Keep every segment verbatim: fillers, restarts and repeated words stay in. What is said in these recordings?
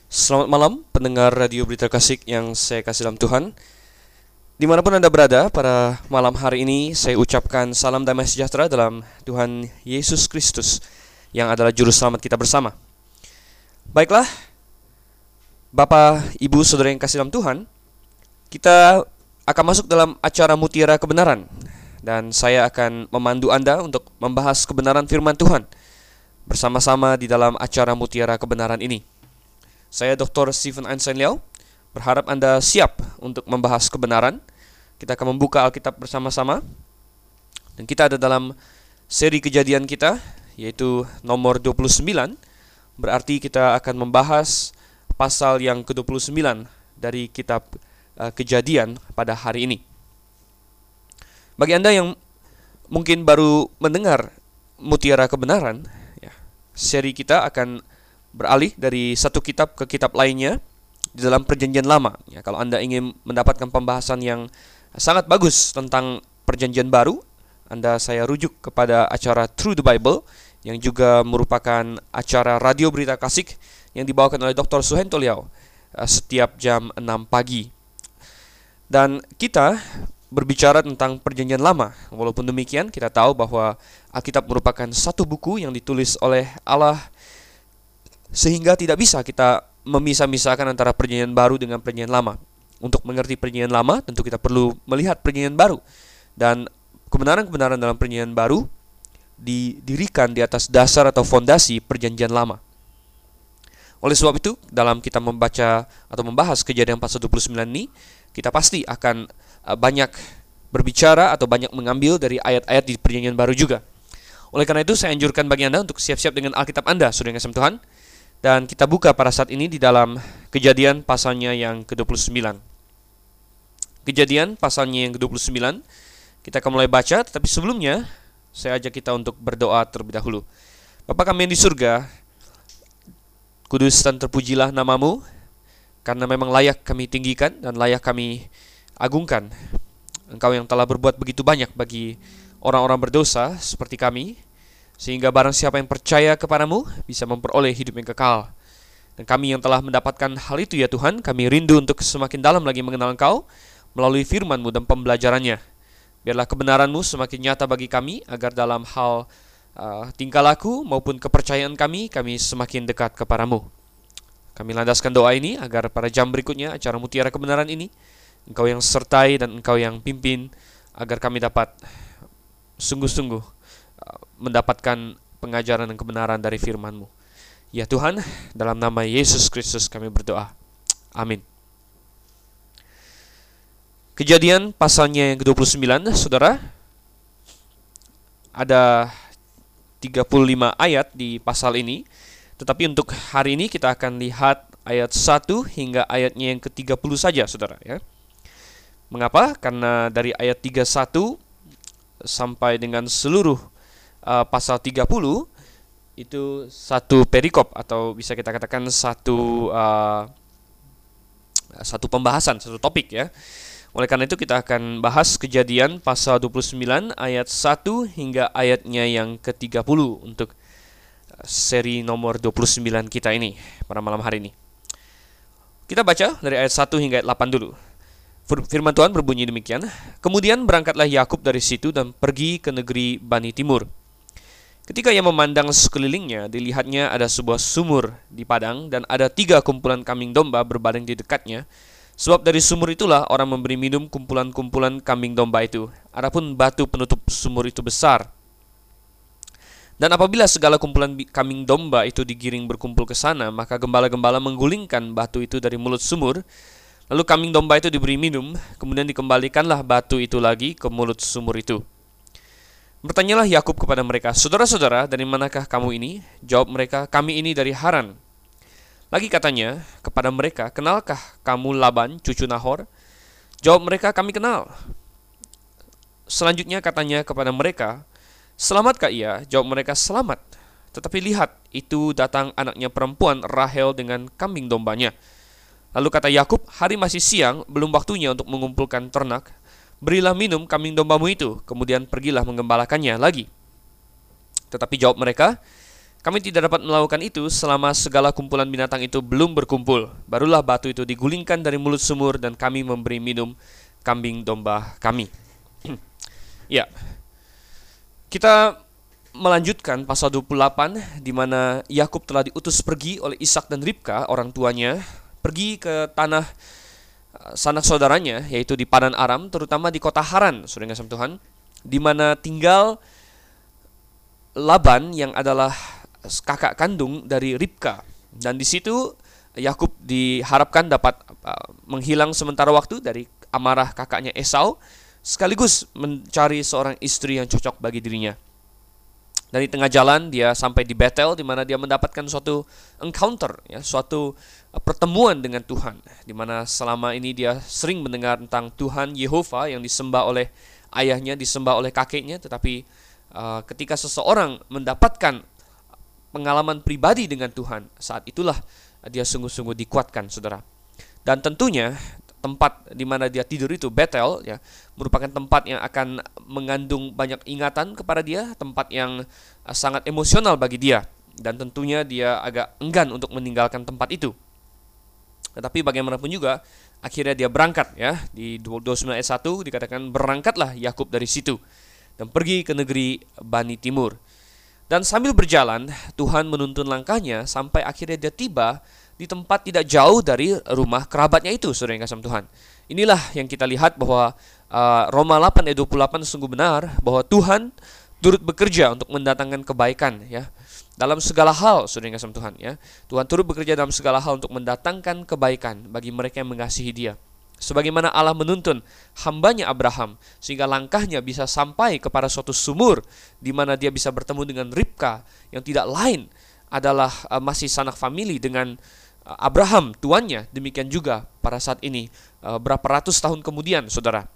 Selamat malam pendengar Radio Berita Kasih yang saya kasih dalam Tuhan. Dimanapun Anda berada pada malam hari ini, saya ucapkan salam damai sejahtera dalam Tuhan Yesus Kristus yang adalah Juru Selamat kita bersama. Baiklah, Bapak, Ibu, Saudara yang kasih dalam Tuhan, kita akan masuk dalam acara Mutiara Kebenaran. Dan saya akan memandu Anda untuk membahas kebenaran firman Tuhan bersama-sama di dalam acara Mutiara Kebenaran ini. Saya doktor Stephen Einstein Liao, berharap Anda siap untuk membahas kebenaran. Kita akan membuka Alkitab bersama-sama. Dan kita ada dalam seri kejadian kita, yaitu nomor dua puluh sembilan. Berarti kita akan membahas pasal yang ke dua puluh sembilan dari kitab uh, Kejadian pada hari ini. Bagi Anda yang mungkin baru mendengar Mutiara Kebenaran, ya, seri kita akan beralih dari satu kitab ke kitab lainnya di dalam Perjanjian Lama. Ya, kalau Anda ingin mendapatkan pembahasan yang sangat bagus tentang Perjanjian Baru, Anda saya rujuk kepada acara Through the Bible yang juga merupakan acara Radio Berita Kasih yang dibawakan oleh doktor Suhento Liao setiap jam enam pagi. Dan kita berbicara tentang Perjanjian Lama. Walaupun demikian, kita tahu bahwa Alkitab merupakan satu buku yang ditulis oleh Allah, sehingga tidak bisa kita memisah-misahkan antara Perjanjian Baru dengan Perjanjian Lama. Untuk mengerti Perjanjian Lama, tentu kita perlu melihat Perjanjian Baru. Dan kebenaran-kebenaran dalam Perjanjian Baru didirikan di atas dasar atau fondasi Perjanjian Lama. Oleh sebab itu, dalam kita membaca atau membahas Kejadian pasal dua puluh sembilan ini, kita pasti akan uh, banyak berbicara atau banyak mengambil dari ayat-ayat di Perjanjian Baru juga. Oleh karena itu, saya anjurkan bagi Anda untuk siap-siap dengan Alkitab Anda, saudara yang kasih Tuhan. Dan kita buka pada saat ini di dalam Kejadian pasalnya yang ke dua puluh sembilan. Kejadian pasalnya yang ke dua puluh sembilan. Kita akan mulai baca, tetapi sebelumnya saya ajak kita untuk berdoa terlebih dahulu. Bapa kami yang di surga, kudus dan terpujilah namamu, karena memang layak kami tinggikan dan layak kami agungkan. Engkau yang telah berbuat begitu banyak bagi orang-orang berdosa seperti kami, sehingga barang siapa yang percaya kepadamu bisa memperoleh hidup yang kekal. Dan kami yang telah mendapatkan hal itu ya Tuhan, kami rindu untuk semakin dalam lagi mengenal Engkau melalui firman-Mu dan pembelajarannya. Biarlah kebenaran-Mu semakin nyata bagi kami, agar dalam hal uh, tingkah laku maupun kepercayaan kami, kami semakin dekat kepadamu. Kami landaskan doa ini agar pada jam berikutnya acara Mutiara Kebenaran ini, Engkau yang sertai dan Engkau yang pimpin, agar kami dapat sungguh-sungguh mendapatkan pengajaran dan kebenaran dari firman-Mu. Ya Tuhan, dalam nama Yesus Kristus kami berdoa. Amin. Kejadian pasalnya yang ke dua puluh sembilan, saudara. Ada tiga puluh lima ayat di pasal ini. Tetapi untuk hari ini kita akan lihat ayat satu hingga ayatnya yang ke tiga puluh saja, saudara, ya. Mengapa? Karena dari ayat tiga puluh satu sampai dengan seluruh Uh, pasal tiga puluh itu satu perikop, atau bisa kita katakan satu uh, satu pembahasan, satu topik, ya. Oleh karena itu kita akan bahas Kejadian pasal dua puluh sembilan ayat satu hingga ayatnya yang ke tiga puluh untuk seri nomor dua puluh sembilan kita ini pada malam hari ini. Kita baca dari ayat satu hingga ayat delapan dulu. Firman Tuhan berbunyi demikian. Kemudian berangkatlah Yakub dari situ dan pergi ke negeri Bani Timur. Ketika ia memandang sekelilingnya, dilihatnya ada sebuah sumur di padang dan ada tiga kumpulan kambing domba berbaring di dekatnya. Sebab dari sumur itulah orang memberi minum kumpulan-kumpulan kambing domba itu. Adapun batu penutup sumur itu besar. Dan apabila segala kumpulan kambing domba itu digiring berkumpul ke sana, maka gembala-gembala menggulingkan batu itu dari mulut sumur. Lalu kambing domba itu diberi minum, kemudian dikembalikanlah batu itu lagi ke mulut sumur itu. Bertanyalah Yakub kepada mereka, "Saudara-saudara, dari manakah kamu ini?" Jawab mereka, "Kami ini dari Haran." Lagi katanya kepada mereka, "Kenalkah kamu Laban, cucu Nahor?" Jawab mereka, "Kami kenal." Selanjutnya katanya kepada mereka, "Selamatkah ia?" Jawab mereka, "Selamat." Tetapi lihat, itu datang anaknya perempuan Rahel dengan kambing dombanya. Lalu kata Yakub, "Hari masih siang, belum waktunya untuk mengumpulkan ternak. Berilah minum kambing dombamu itu, kemudian pergilah menggembalakannya lagi." Tetapi jawab mereka, Kami tidak dapat melakukan itu selama segala kumpulan binatang itu belum berkumpul. Barulah batu itu digulingkan dari mulut sumur dan kami memberi minum kambing domba kami. Ya, kita melanjutkan pasal dua puluh delapan di mana Yakub telah diutus pergi oleh Ishak dan Ribka, orang tuanya, pergi ke tanah uh, sanak saudaranya, yaitu di Padan Aram, terutama di kota Haran, saudara kasih Tuhan, di mana tinggal Laban yang adalah kakak kandung dari Ribka. Dan di situ Yakub diharapkan dapat uh, menghilang sementara waktu dari amarah kakaknya Esau, sekaligus mencari seorang istri yang cocok bagi dirinya. Dari tengah jalan dia sampai di Betel, di mana dia mendapatkan suatu encounter, ya, suatu pertemuan dengan Tuhan, di mana selama ini dia sering mendengar tentang Tuhan Yehova yang disembah oleh ayahnya, disembah oleh kakeknya, tetapi uh, ketika seseorang mendapatkan pengalaman pribadi dengan Tuhan, saat itulah dia sungguh-sungguh dikuatkan, saudara. Dan tentunya tempat di mana dia tidur itu, Betel, ya, merupakan tempat yang akan mengandung banyak ingatan kepada dia, tempat yang uh, sangat emosional bagi dia, dan tentunya dia agak enggan untuk meninggalkan tempat itu. Tetapi bagaimanapun juga, akhirnya dia berangkat, ya. Di dua puluh sembilan ayat satu dikatakan berangkatlah Yakub dari situ dan pergi ke negeri Bani Timur. Dan sambil berjalan, Tuhan menuntun langkahnya sampai akhirnya dia tiba di tempat tidak jauh dari rumah kerabatnya itu, saudara yang kasih Tuhan. Inilah yang kita lihat bahwa uh, Roma delapan ayat dua puluh delapan sungguh benar, bahwa Tuhan turut bekerja untuk mendatangkan kebaikan, ya, dalam segala hal, saudara yang kasih Tuhan, ya. Tuhan turut bekerja dalam segala hal untuk mendatangkan kebaikan bagi mereka yang mengasihi Dia. Sebagaimana Allah menuntun hambanya Abraham sehingga langkahnya bisa sampai kepada suatu sumur di mana dia bisa bertemu dengan Ribka yang tidak lain adalah uh, masih sanak famili dengan uh, Abraham tuannya. Demikian juga pada saat ini uh, berapa ratus tahun kemudian, saudara,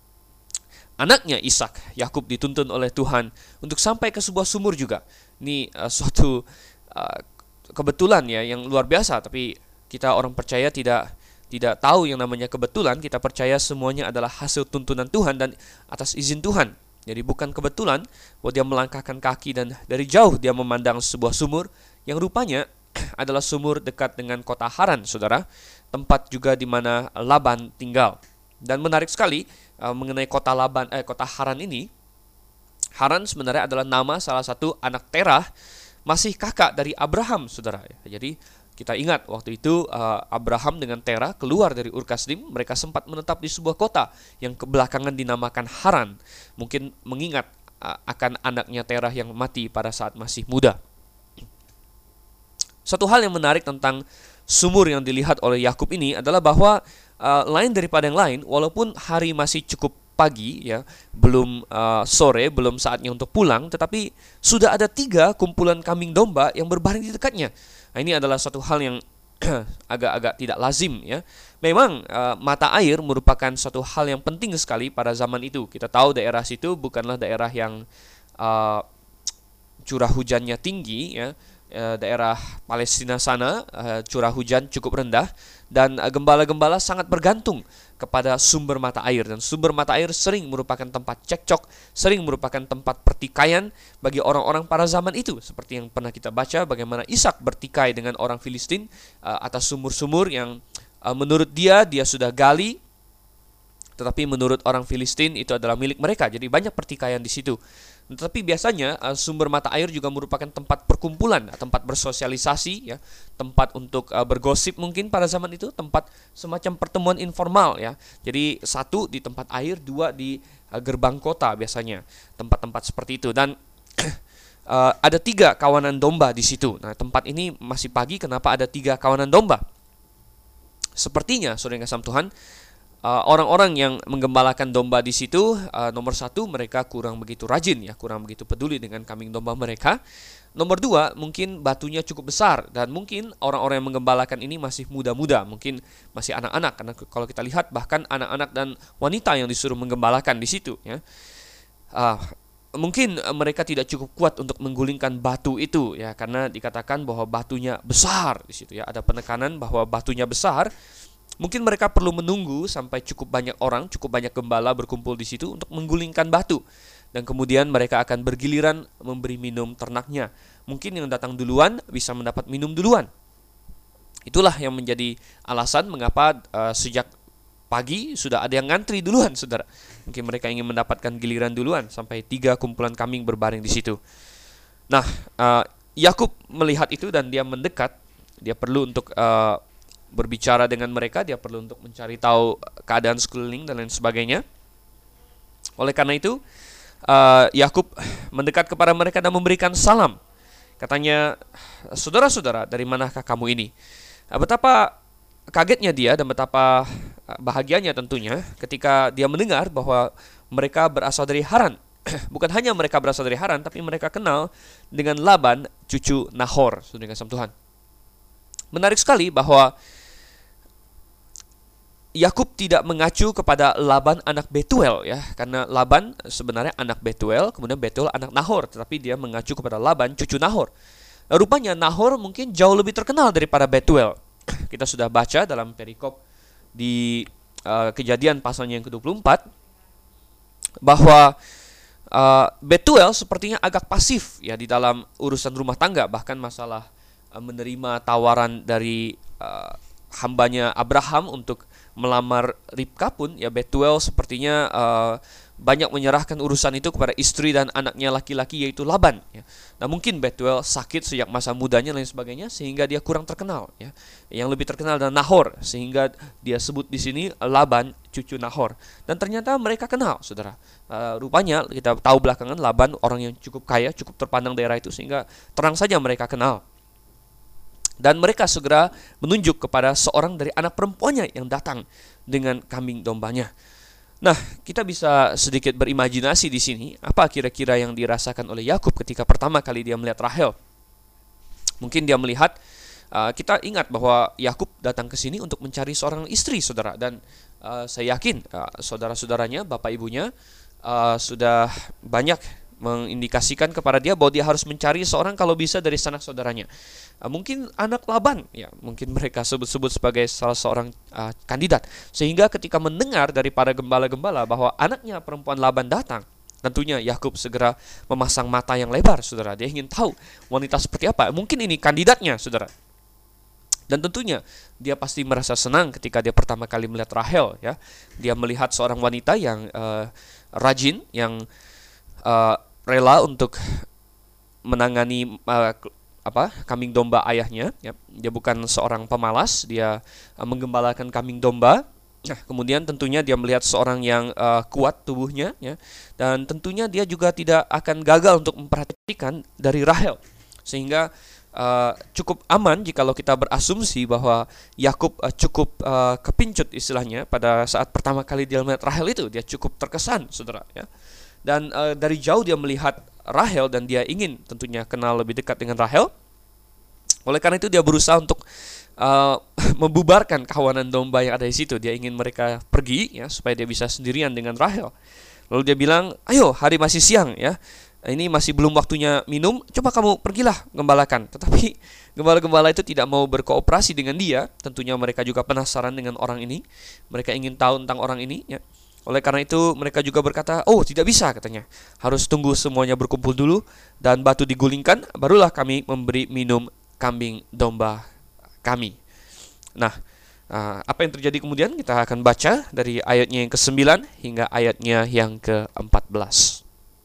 anaknya Ishak, Yakub, dituntun oleh Tuhan untuk sampai ke sebuah sumur juga. Ini uh, suatu uh, kebetulan, ya, yang luar biasa. Tapi kita orang percaya tidak Tidak tahu yang namanya kebetulan. Kita percaya semuanya adalah hasil tuntunan Tuhan dan atas izin Tuhan. Jadi bukan kebetulan bahwa dia melangkahkan kaki dan dari jauh dia memandang sebuah sumur yang rupanya adalah sumur dekat dengan kota Haran, saudara, tempat juga di mana Laban tinggal. Dan menarik sekali uh, mengenai kota Laban, eh, kota Haran ini. Haran sebenarnya adalah nama salah satu anak Terah, masih kakak dari Abraham, saudara. Jadi kita ingat waktu itu uh, Abraham dengan Terah keluar dari Ur Kasdim, mereka sempat menetap di sebuah kota yang kebelakangan dinamakan Haran. Mungkin mengingat uh, akan anaknya Terah yang mati pada saat masih muda. Satu hal yang menarik tentang sumur yang dilihat oleh Yakub ini adalah bahwa uh, lain daripada yang lain, walaupun hari masih cukup pagi, ya, belum uh, sore, belum saatnya untuk pulang, tetapi sudah ada tiga kumpulan kambing domba yang berbaring di dekatnya. Nah, ini adalah satu hal yang agak-agak tidak lazim, ya. Memang uh, mata air merupakan satu hal yang penting sekali pada zaman itu. Kita tahu daerah situ bukanlah daerah yang uh, curah hujannya tinggi, ya. Uh, daerah Palestina sana uh, curah hujan cukup rendah dan uh, gembala-gembala sangat bergantung kepada sumber mata air, dan sumber mata air sering merupakan tempat cekcok, sering merupakan tempat pertikaian bagi orang-orang pada zaman itu. Seperti yang pernah kita baca bagaimana Ishak bertikai dengan orang Filistin uh, atas sumur-sumur yang uh, menurut dia dia sudah gali, tetapi menurut orang Filistin itu adalah milik mereka. Jadi banyak pertikaian di situ. Tetapi biasanya uh, sumber mata air juga merupakan tempat perkumpulan, tempat bersosialisasi, ya, tempat untuk uh, bergosip mungkin pada zaman itu, tempat semacam pertemuan informal, ya. Jadi satu di tempat air, dua di uh, gerbang kota biasanya, tempat-tempat seperti itu. Dan uh, ada tiga kawanan domba di situ. Nah, tempat ini masih pagi, kenapa ada tiga kawanan domba? Sepertinya, saudara yang kasih Tuhan, Uh, orang-orang yang menggembalakan domba di situ, uh, nomor satu, mereka kurang begitu rajin, ya, kurang begitu peduli dengan kambing domba mereka. Nomor dua, mungkin batunya cukup besar, dan mungkin orang-orang yang menggembalakan ini masih muda-muda, mungkin masih anak-anak, karena kalau kita lihat bahkan anak-anak dan wanita yang disuruh menggembalakan di situ, ya. Uh, mungkin mereka tidak cukup kuat untuk menggulingkan batu itu, ya, karena dikatakan bahwa batunya besar di situ, ya. Ada penekanan bahwa batunya besar. Mungkin mereka perlu menunggu sampai cukup banyak orang, cukup banyak gembala berkumpul di situ untuk menggulingkan batu. Dan kemudian mereka akan bergiliran memberi minum ternaknya. mungkin yang datang duluan bisa mendapat minum duluan. Itulah yang menjadi alasan mengapa uh, sejak pagi sudah ada yang ngantri duluan, saudara. Mungkin mereka ingin mendapatkan giliran duluan, sampai tiga kumpulan kambing berbaring di situ. Nah, uh, Yakub melihat itu dan dia mendekat. Dia perlu untuk uh, berbicara dengan mereka, dia perlu untuk mencari tahu keadaan sekeliling dan lain sebagainya. Oleh karena itu, uh, Yakub mendekat kepada mereka dan memberikan salam. Katanya, saudara-saudara, dari manakah kamu ini? Betapa kagetnya dia dan betapa bahagianya tentunya ketika dia mendengar bahwa mereka berasal dari Haran. Bukan hanya mereka berasal dari Haran, tapi mereka kenal dengan Laban, cucu Nahor. Saudara kasih Tuhan. Menarik sekali bahwa Yakub tidak mengacu kepada Laban anak Betuel, ya, karena Laban sebenarnya anak Betuel, kemudian Betuel anak Nahor, tetapi dia mengacu kepada Laban cucu Nahor. Rupanya Nahor mungkin jauh lebih terkenal daripada Betuel. Kita sudah baca dalam perikop di uh, Kejadian pasalnya yang kedua puluh empat bahwa uh, Betuel sepertinya agak pasif ya di dalam urusan rumah tangga, bahkan masalah uh, menerima tawaran dari uh, hambanya Abraham untuk melamar Ribka pun, ya Betuel sepertinya uh, banyak menyerahkan urusan itu kepada istri dan anaknya laki-laki yaitu Laban. Ya. Nah mungkin Betuel sakit sejak masa mudanya dan lain sebagainya sehingga dia kurang terkenal. Ya. Yang lebih terkenal adalah Nahor sehingga dia sebut di sini Laban cucu Nahor. Dan ternyata mereka kenal, saudara. Uh, rupanya kita tahu belakangan Laban orang yang cukup kaya, cukup terpandang daerah itu sehingga terang saja mereka kenal. Dan mereka segera menunjuk kepada seorang dari anak perempuannya yang datang dengan kambing dombanya. Nah, kita bisa sedikit berimajinasi di sini, apa kira-kira yang dirasakan oleh Yakub ketika pertama kali dia melihat Rahel. Mungkin dia melihat, uh, kita ingat bahwa Yakub datang ke sini untuk mencari seorang istri, saudara. Dan uh, saya yakin uh, saudara-saudaranya, bapak ibunya, uh, sudah banyak mengindikasikan kepada dia bahwa dia harus mencari seorang kalau bisa dari sanak saudaranya. Uh, mungkin anak Laban, ya mungkin mereka sebut-sebut sebagai salah seorang uh, kandidat. Sehingga ketika mendengar dari para gembala-gembala bahwa anaknya perempuan Laban datang, tentunya Yakub segera memasang mata yang lebar, saudara. Dia ingin tahu wanita seperti apa. Mungkin ini kandidatnya, saudara. Dan tentunya dia pasti merasa senang ketika dia pertama kali melihat Rahel, ya. Dia melihat seorang wanita yang uh, rajin, yang uh, rela untuk menangani uh, apa kambing domba ayahnya, ya. Dia bukan seorang pemalas, dia uh, menggembalakan kambing domba. Nah, kemudian tentunya dia melihat seorang yang uh, kuat tubuhnya, ya. Dan tentunya dia juga tidak akan gagal untuk memperhatikan dari Rahel. Sehingga uh, cukup aman jikalau kita berasumsi bahwa Yakub uh, cukup uh, kepincut istilahnya pada saat pertama kali dia melihat Rahel itu. Dia cukup terkesan, saudara, ya. Dan uh, dari jauh dia melihat Rahel dan dia ingin tentunya kenal lebih dekat dengan Rahel. Oleh karena itu dia berusaha untuk uh, membubarkan kawanan domba yang ada di situ. Dia ingin mereka pergi, ya, supaya dia bisa sendirian dengan Rahel. Lalu dia bilang, ayo hari masih siang, ya, ini masih belum waktunya minum, coba kamu pergilah gembalakan. Tetapi gembala-gembala itu tidak mau berkooperasi dengan dia. Tentunya mereka juga penasaran dengan orang ini. Mereka ingin tahu tentang orang ini, ya. Oleh karena itu mereka juga berkata, oh tidak bisa katanya, harus tunggu semuanya berkumpul dulu dan batu digulingkan, barulah kami memberi minum kambing domba kami. Nah, apa yang terjadi kemudian kita akan baca dari ayatnya yang kesembilan hingga ayatnya yang keempat belas.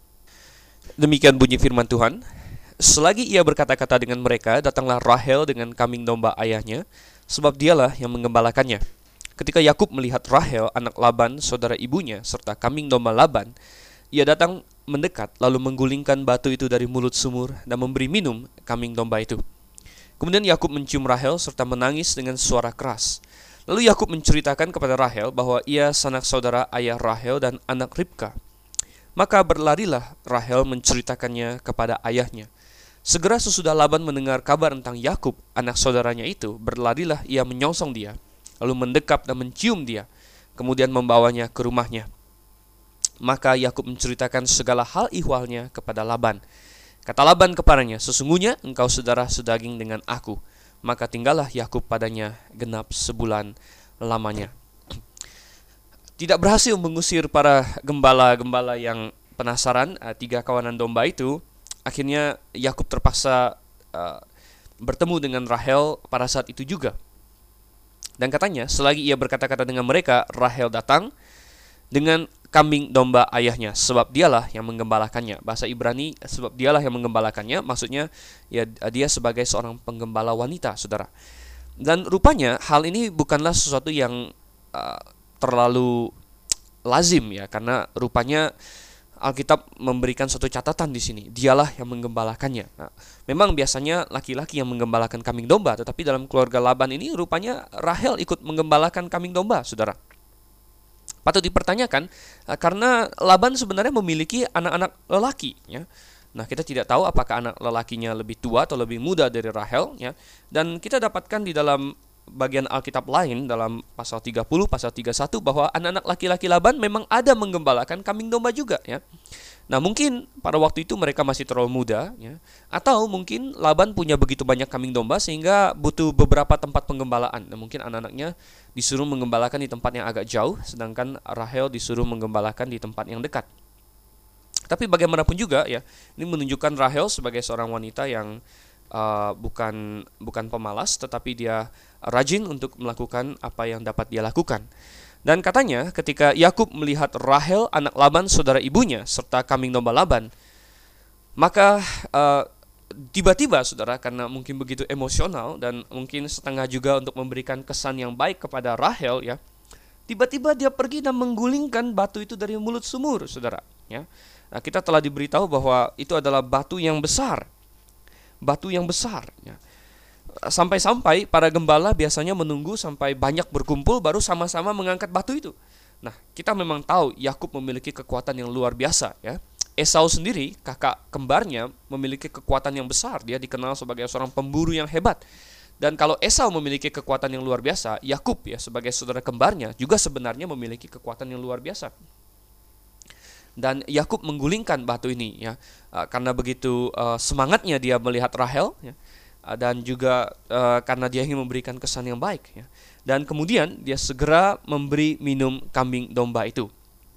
Demikian bunyi firman Tuhan. Selagi ia berkata-kata dengan mereka, datanglah Rahel dengan kambing domba ayahnya, sebab dialah yang menggembalakannya. Ketika Yakub melihat Rahel, anak Laban, saudara ibunya, serta kambing domba Laban, ia datang mendekat, lalu menggulingkan batu itu dari mulut sumur dan memberi minum kambing domba itu. Kemudian Yakub mencium Rahel serta menangis dengan suara keras. Lalu Yakub menceritakan kepada Rahel bahwa ia sanak saudara ayah Rahel dan anak Ribka. Maka berlarilah Rahel menceritakannya kepada ayahnya. Segera sesudah Laban mendengar kabar tentang Yakub, anak saudaranya itu, berlarilah ia menyongsong dia, lalu mendekap dan mencium dia, kemudian membawanya ke rumahnya. Maka Yakub menceritakan segala hal ihwalnya kepada Laban. Kata Laban kepadanya, sesungguhnya engkau saudara sedaging dengan aku. Maka tinggallah Yakub padanya genap sebulan lamanya. Tidak berhasil mengusir para gembala-gembala yang penasaran, tiga kawanan domba itu. akhirnya Yakub terpaksa uh, bertemu dengan Rahel pada saat itu juga. Dan katanya selagi ia berkata-kata dengan mereka, Rahel datang dengan kambing domba ayahnya, sebab dialah yang menggembalakannya. Bahasa Ibrani, sebab dialah yang menggembalakannya, maksudnya ya dia sebagai seorang penggembala wanita, saudara. Dan rupanya hal ini bukanlah sesuatu yang uh, terlalu lazim ya, karena rupanya Alkitab memberikan suatu catatan di sini. Dialah yang menggembalakannya. Nah, memang biasanya laki-laki yang menggembalakan kambing domba, tetapi dalam keluarga Laban ini rupanya Rahel ikut menggembalakan kambing domba, saudara. Patut dipertanyakan karena Laban sebenarnya memiliki anak-anak lelaki, ya. Nah, kita tidak tahu apakah anak lelakinya lebih tua atau lebih muda dari Rahel, ya. Dan kita dapatkan di dalam bagian Alkitab lain dalam pasal tiga puluh, pasal tiga puluh satu bahwa anak-anak laki-laki Laban memang ada menggembalakan kambing domba juga, ya. Nah, mungkin pada waktu itu mereka masih terlalu muda, ya. Atau mungkin Laban punya begitu banyak kambing domba sehingga butuh beberapa tempat penggembalaan. Nah, mungkin anak-anaknya disuruh menggembalakan di tempat yang agak jauh, sedangkan Rahel disuruh menggembalakan di tempat yang dekat. Tapi bagaimanapun juga, ya, ini menunjukkan Rahel sebagai seorang wanita yang Uh, bukan bukan pemalas, tetapi dia rajin untuk melakukan apa yang dapat dia lakukan. Dan katanya ketika Yakub melihat Rahel anak Laban saudara ibunya serta kambing domba Laban, maka uh, tiba-tiba saudara, karena mungkin begitu emosional dan mungkin setengah juga untuk memberikan kesan yang baik kepada Rahel, ya, tiba-tiba dia pergi dan menggulingkan batu itu dari mulut sumur, saudara, ya. Nah, kita telah diberitahu bahwa itu adalah batu yang besar. Batu yang besar, ya. Sampai-sampai para gembala biasanya menunggu sampai banyak berkumpul baru sama-sama mengangkat batu itu. Nah, kita memang tahu Yakub memiliki kekuatan yang luar biasa, ya. Esau sendiri, kakak kembarnya, memiliki kekuatan yang besar. Dia dikenal sebagai seorang pemburu yang hebat. Dan kalau Esau memiliki kekuatan yang luar biasa, Yakub ya sebagai saudara kembarnya juga sebenarnya memiliki kekuatan yang luar biasa. Dan Yakub menggulingkan batu ini, ya, uh, karena begitu uh, semangatnya dia melihat Rahel, ya, uh, dan juga uh, karena dia ingin memberikan kesan yang baik, ya. Dan kemudian dia segera memberi minum kambing domba itu.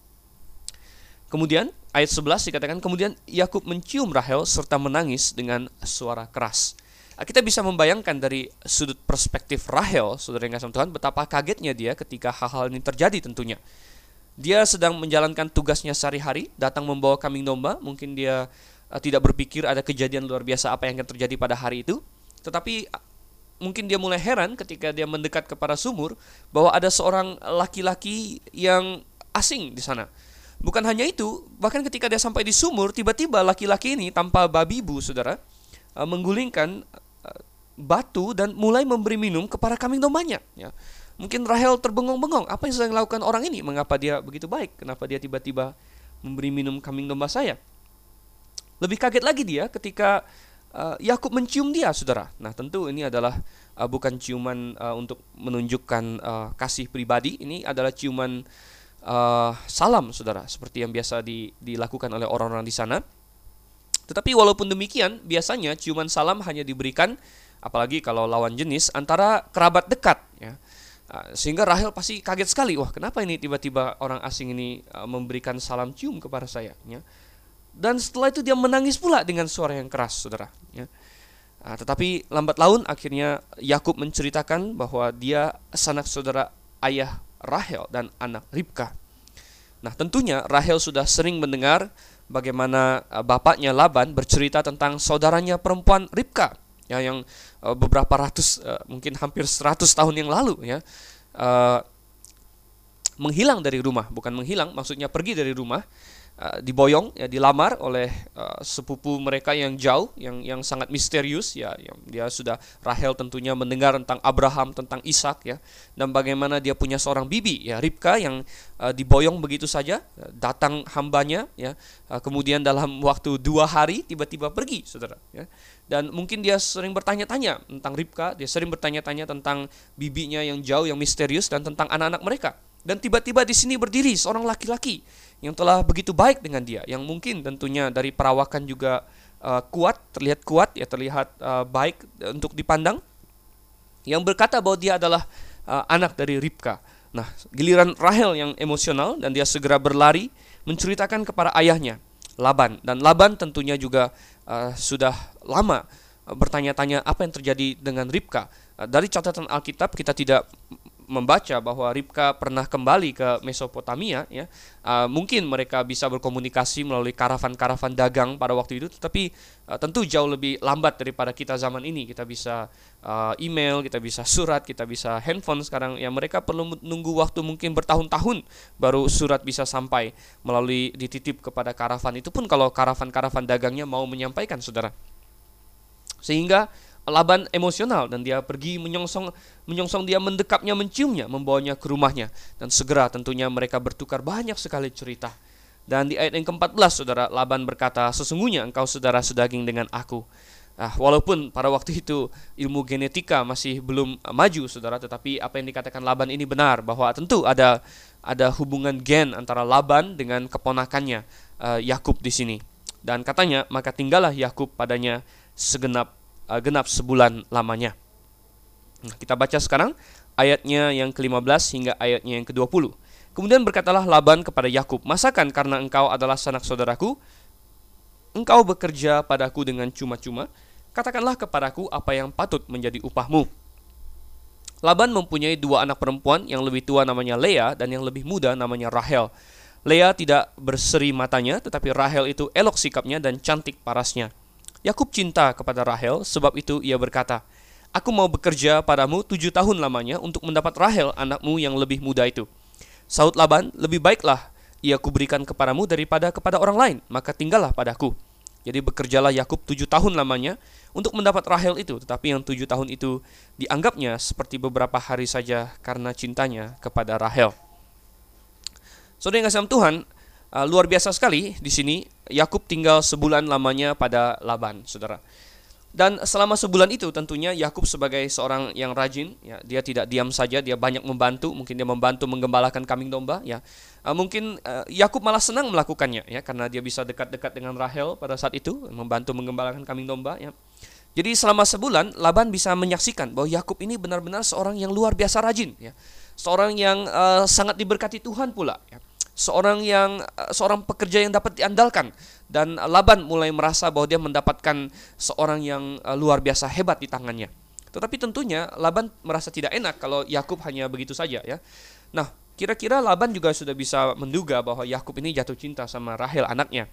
Kemudian ayat sebelas dikatakan, kemudian Yakub mencium Rahel serta menangis dengan suara keras. Uh, kita bisa membayangkan dari sudut perspektif Rahel, saudara yang kasih Tuhan, betapa kagetnya dia ketika hal-hal ini terjadi tentunya. Dia sedang menjalankan tugasnya sehari-hari, datang membawa kambing domba. Mungkin dia uh, tidak berpikir ada kejadian luar biasa apa yang akan terjadi pada hari itu. Tetapi uh, mungkin dia mulai heran ketika dia mendekat kepada sumur bahwa ada seorang laki-laki yang asing di sana. Bukan hanya itu, bahkan ketika dia sampai di sumur, tiba-tiba laki-laki ini tanpa babi bu, saudara, uh, menggulingkan uh, batu dan mulai memberi minum kepada kambing dombanya, ya. Mungkin Rahel terbengong-bengong, apa yang sedang dilakukan orang ini? Mengapa dia begitu baik? Kenapa dia tiba-tiba memberi minum kambing domba saya? Lebih kaget lagi dia ketika uh, Yakub mencium dia, saudara. Nah, tentu ini adalah uh, bukan ciuman uh, untuk menunjukkan uh, kasih pribadi. Ini adalah ciuman uh, salam, saudara, seperti yang biasa di, dilakukan oleh orang-orang di sana. Tetapi walaupun demikian, biasanya ciuman salam hanya diberikan, apalagi kalau lawan jenis, antara kerabat dekat, ya. Sehingga Rahel pasti kaget sekali. Wah, kenapa ini tiba-tiba orang asing ini uh, memberikan salam cium kepada saya, ya? Dan setelah itu dia menangis pula dengan suara yang keras, saudara, ya. Uh, tetapi lambat laun akhirnya Yakub menceritakan bahwa dia sanak saudara ayah Rahel dan anak Ribka. Nah, tentunya Rahel sudah sering mendengar bagaimana uh, bapaknya Laban bercerita tentang saudaranya perempuan Ribka, ya, yang uh, beberapa ratus, uh, mungkin hampir seratus tahun yang lalu, ya, uh, menghilang dari rumah. Bukan menghilang, maksudnya pergi dari rumah, uh, diboyong, ya, dilamar oleh uh, sepupu mereka yang jauh, yang yang sangat misterius, ya, yang dia sudah, Rahel tentunya mendengar tentang Abraham, tentang Ishak, ya, dan bagaimana dia punya seorang bibi, ya, Ribka, yang uh, diboyong begitu saja, uh, datang hambanya, ya, uh, kemudian dalam waktu dua hari tiba-tiba pergi, saudara, ya. Dan mungkin dia sering bertanya-tanya tentang Ribka, dia sering bertanya-tanya tentang bibinya yang jauh, yang misterius, dan tentang anak-anak mereka. Dan tiba-tiba di sini berdiri seorang laki-laki yang telah begitu baik dengan dia, yang mungkin tentunya dari perawakan juga uh, kuat, terlihat kuat, ya, terlihat uh, baik untuk dipandang, yang berkata bahwa dia adalah uh, anak dari Ribka. Nah, giliran Rahel yang emosional, dan dia segera berlari menceritakan kepada ayahnya Laban, dan Laban tentunya juga uh, sudah lama uh, bertanya-tanya apa yang terjadi dengan Ribka. Uh, dari catatan Alkitab kita tidak membaca bahwa Ribka pernah kembali ke Mesopotamia, ya. Uh, mungkin mereka bisa berkomunikasi melalui karavan-karavan dagang pada waktu itu, tetapi uh, tentu jauh lebih lambat daripada kita zaman ini. Kita bisa uh, email, kita bisa surat, kita bisa handphone sekarang. Ya, mereka perlu menunggu waktu mungkin bertahun-tahun baru surat bisa sampai melalui dititip kepada karavan. Itu pun kalau karavan-karavan dagangnya mau menyampaikan, saudara. Sehingga Laban emosional dan dia pergi menyongsong menyongsong dia, mendekapnya, menciumnya, membawanya ke rumahnya, dan segera tentunya mereka bertukar banyak sekali cerita. Dan di ayat yang keempat belas, saudara, Laban berkata, sesungguhnya engkau saudara sedaging dengan aku. Nah, walaupun pada waktu itu ilmu genetika masih belum maju, saudara, tetapi apa yang dikatakan Laban ini benar, bahwa tentu ada ada hubungan gen antara Laban dengan keponakannya uh, Yakub di sini. Dan katanya, maka tinggallah Yakub padanya segenap uh, genap sebulan lamanya. Nah, kita baca sekarang ayatnya yang kelima belas hingga ayatnya yang kedua puluh. Kemudian berkatalah Laban kepada Yakub, masakan karena engkau adalah sanak saudaraku, engkau bekerja padaku dengan cuma-cuma, katakanlah kepadaku apa yang patut menjadi upahmu. Laban mempunyai dua anak perempuan, yang lebih tua namanya Lea dan yang lebih muda namanya Rahel. Lea tidak berseri matanya, tetapi Rahel itu elok sikapnya dan cantik parasnya. Yakub cinta kepada Rahel, sebab itu ia berkata, aku mau bekerja padamu tujuh tahun lamanya untuk mendapat Rahel anakmu yang lebih muda itu. Sahut Laban, lebih baiklah ia kuberikan kepadamu daripada kepada orang lain, maka tinggallah padaku. Jadi bekerjalah Yakub tujuh tahun lamanya untuk mendapat Rahel itu, tetapi yang tujuh tahun itu dianggapnya seperti beberapa hari saja karena cintanya kepada Rahel. Saudara yang kasih Tuhan, uh, luar biasa sekali di sini Yakub tinggal sebulan lamanya pada Laban, saudara. Dan selama sebulan itu tentunya Yakub sebagai seorang yang rajin, ya, dia tidak diam saja, dia banyak membantu. Mungkin dia membantu menggembalakan kambing domba, ya. Uh, mungkin uh, Yakub malah senang melakukannya, ya, karena dia bisa dekat-dekat dengan Rahel pada saat itu, membantu menggembalakan kambing domba, ya. Jadi selama sebulan Laban bisa menyaksikan bahwa Yakub ini benar-benar seorang yang luar biasa rajin, ya. Seorang yang uh, sangat diberkati Tuhan pula, ya. Seorang yang uh, seorang pekerja yang dapat diandalkan. Dan Laban mulai merasa bahwa dia mendapatkan seorang yang uh, luar biasa hebat di tangannya. Tetapi tentunya Laban merasa tidak enak kalau Yakub hanya begitu saja, ya. Nah, kira-kira Laban juga sudah bisa menduga bahwa Yakub ini jatuh cinta sama Rahel anaknya.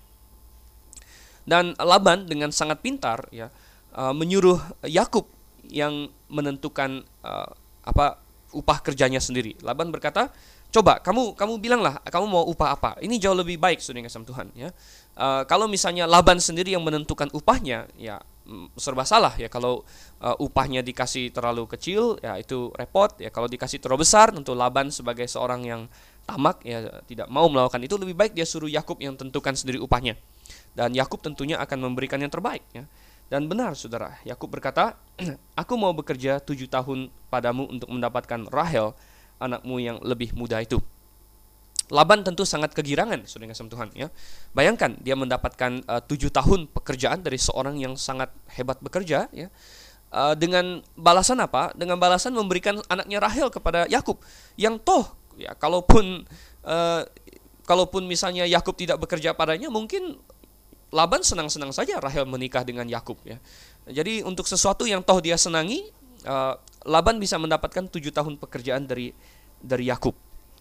Dan Laban dengan sangat pintar, ya, uh, menyuruh Yakub yang menentukan uh, apa upah kerjanya sendiri. Laban berkata, coba kamu kamu bilanglah kamu mau upah apa. Ini jauh lebih baik, saudara yang kasih Tuhan, ya. Uh, kalau misalnya Laban sendiri yang menentukan upahnya, ya serba salah, ya. Kalau uh, upahnya dikasih terlalu kecil, ya itu repot, ya. Kalau dikasih terlalu besar, tentu Laban sebagai seorang yang tamak, ya tidak mau melakukan itu. Lebih baik dia suruh Yakub yang tentukan sendiri upahnya. Dan Yakub tentunya akan memberikan yang terbaik, ya. Dan benar, saudara, Yakub berkata, aku mau bekerja tujuh tahun padamu untuk mendapatkan Rahel anakmu yang lebih muda itu. Laban tentu sangat kegirangan, saudara kasih Tuhan, ya. Bayangkan dia mendapatkan uh, tujuh tahun pekerjaan dari seorang yang sangat hebat bekerja, ya. Uh, dengan balasan apa? Dengan balasan memberikan anaknya Rahel kepada Yakub, yang toh, ya, kalaupun uh, kalaupun misalnya Yakub tidak bekerja padanya, mungkin Laban senang-senang saja Rahel menikah dengan Yakub, ya. Jadi untuk sesuatu yang toh dia senangi, uh, Laban bisa mendapatkan tujuh tahun pekerjaan dari dari Yakub.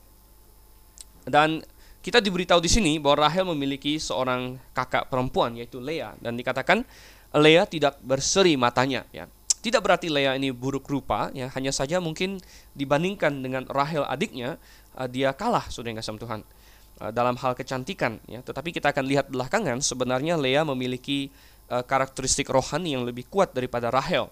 Dan kita diberitahu di sini bahwa Rahel memiliki seorang kakak perempuan, yaitu Lea, dan dikatakan Lea tidak berseri matanya, ya. Tidak berarti Lea ini buruk rupa, ya, hanya saja mungkin dibandingkan dengan Rahel adiknya, uh, dia kalah, saudara yang kasih Tuhan, uh, dalam hal kecantikan, ya. Tetapi kita akan lihat belakangan sebenarnya Lea memiliki uh, karakteristik rohani yang lebih kuat daripada Rahel.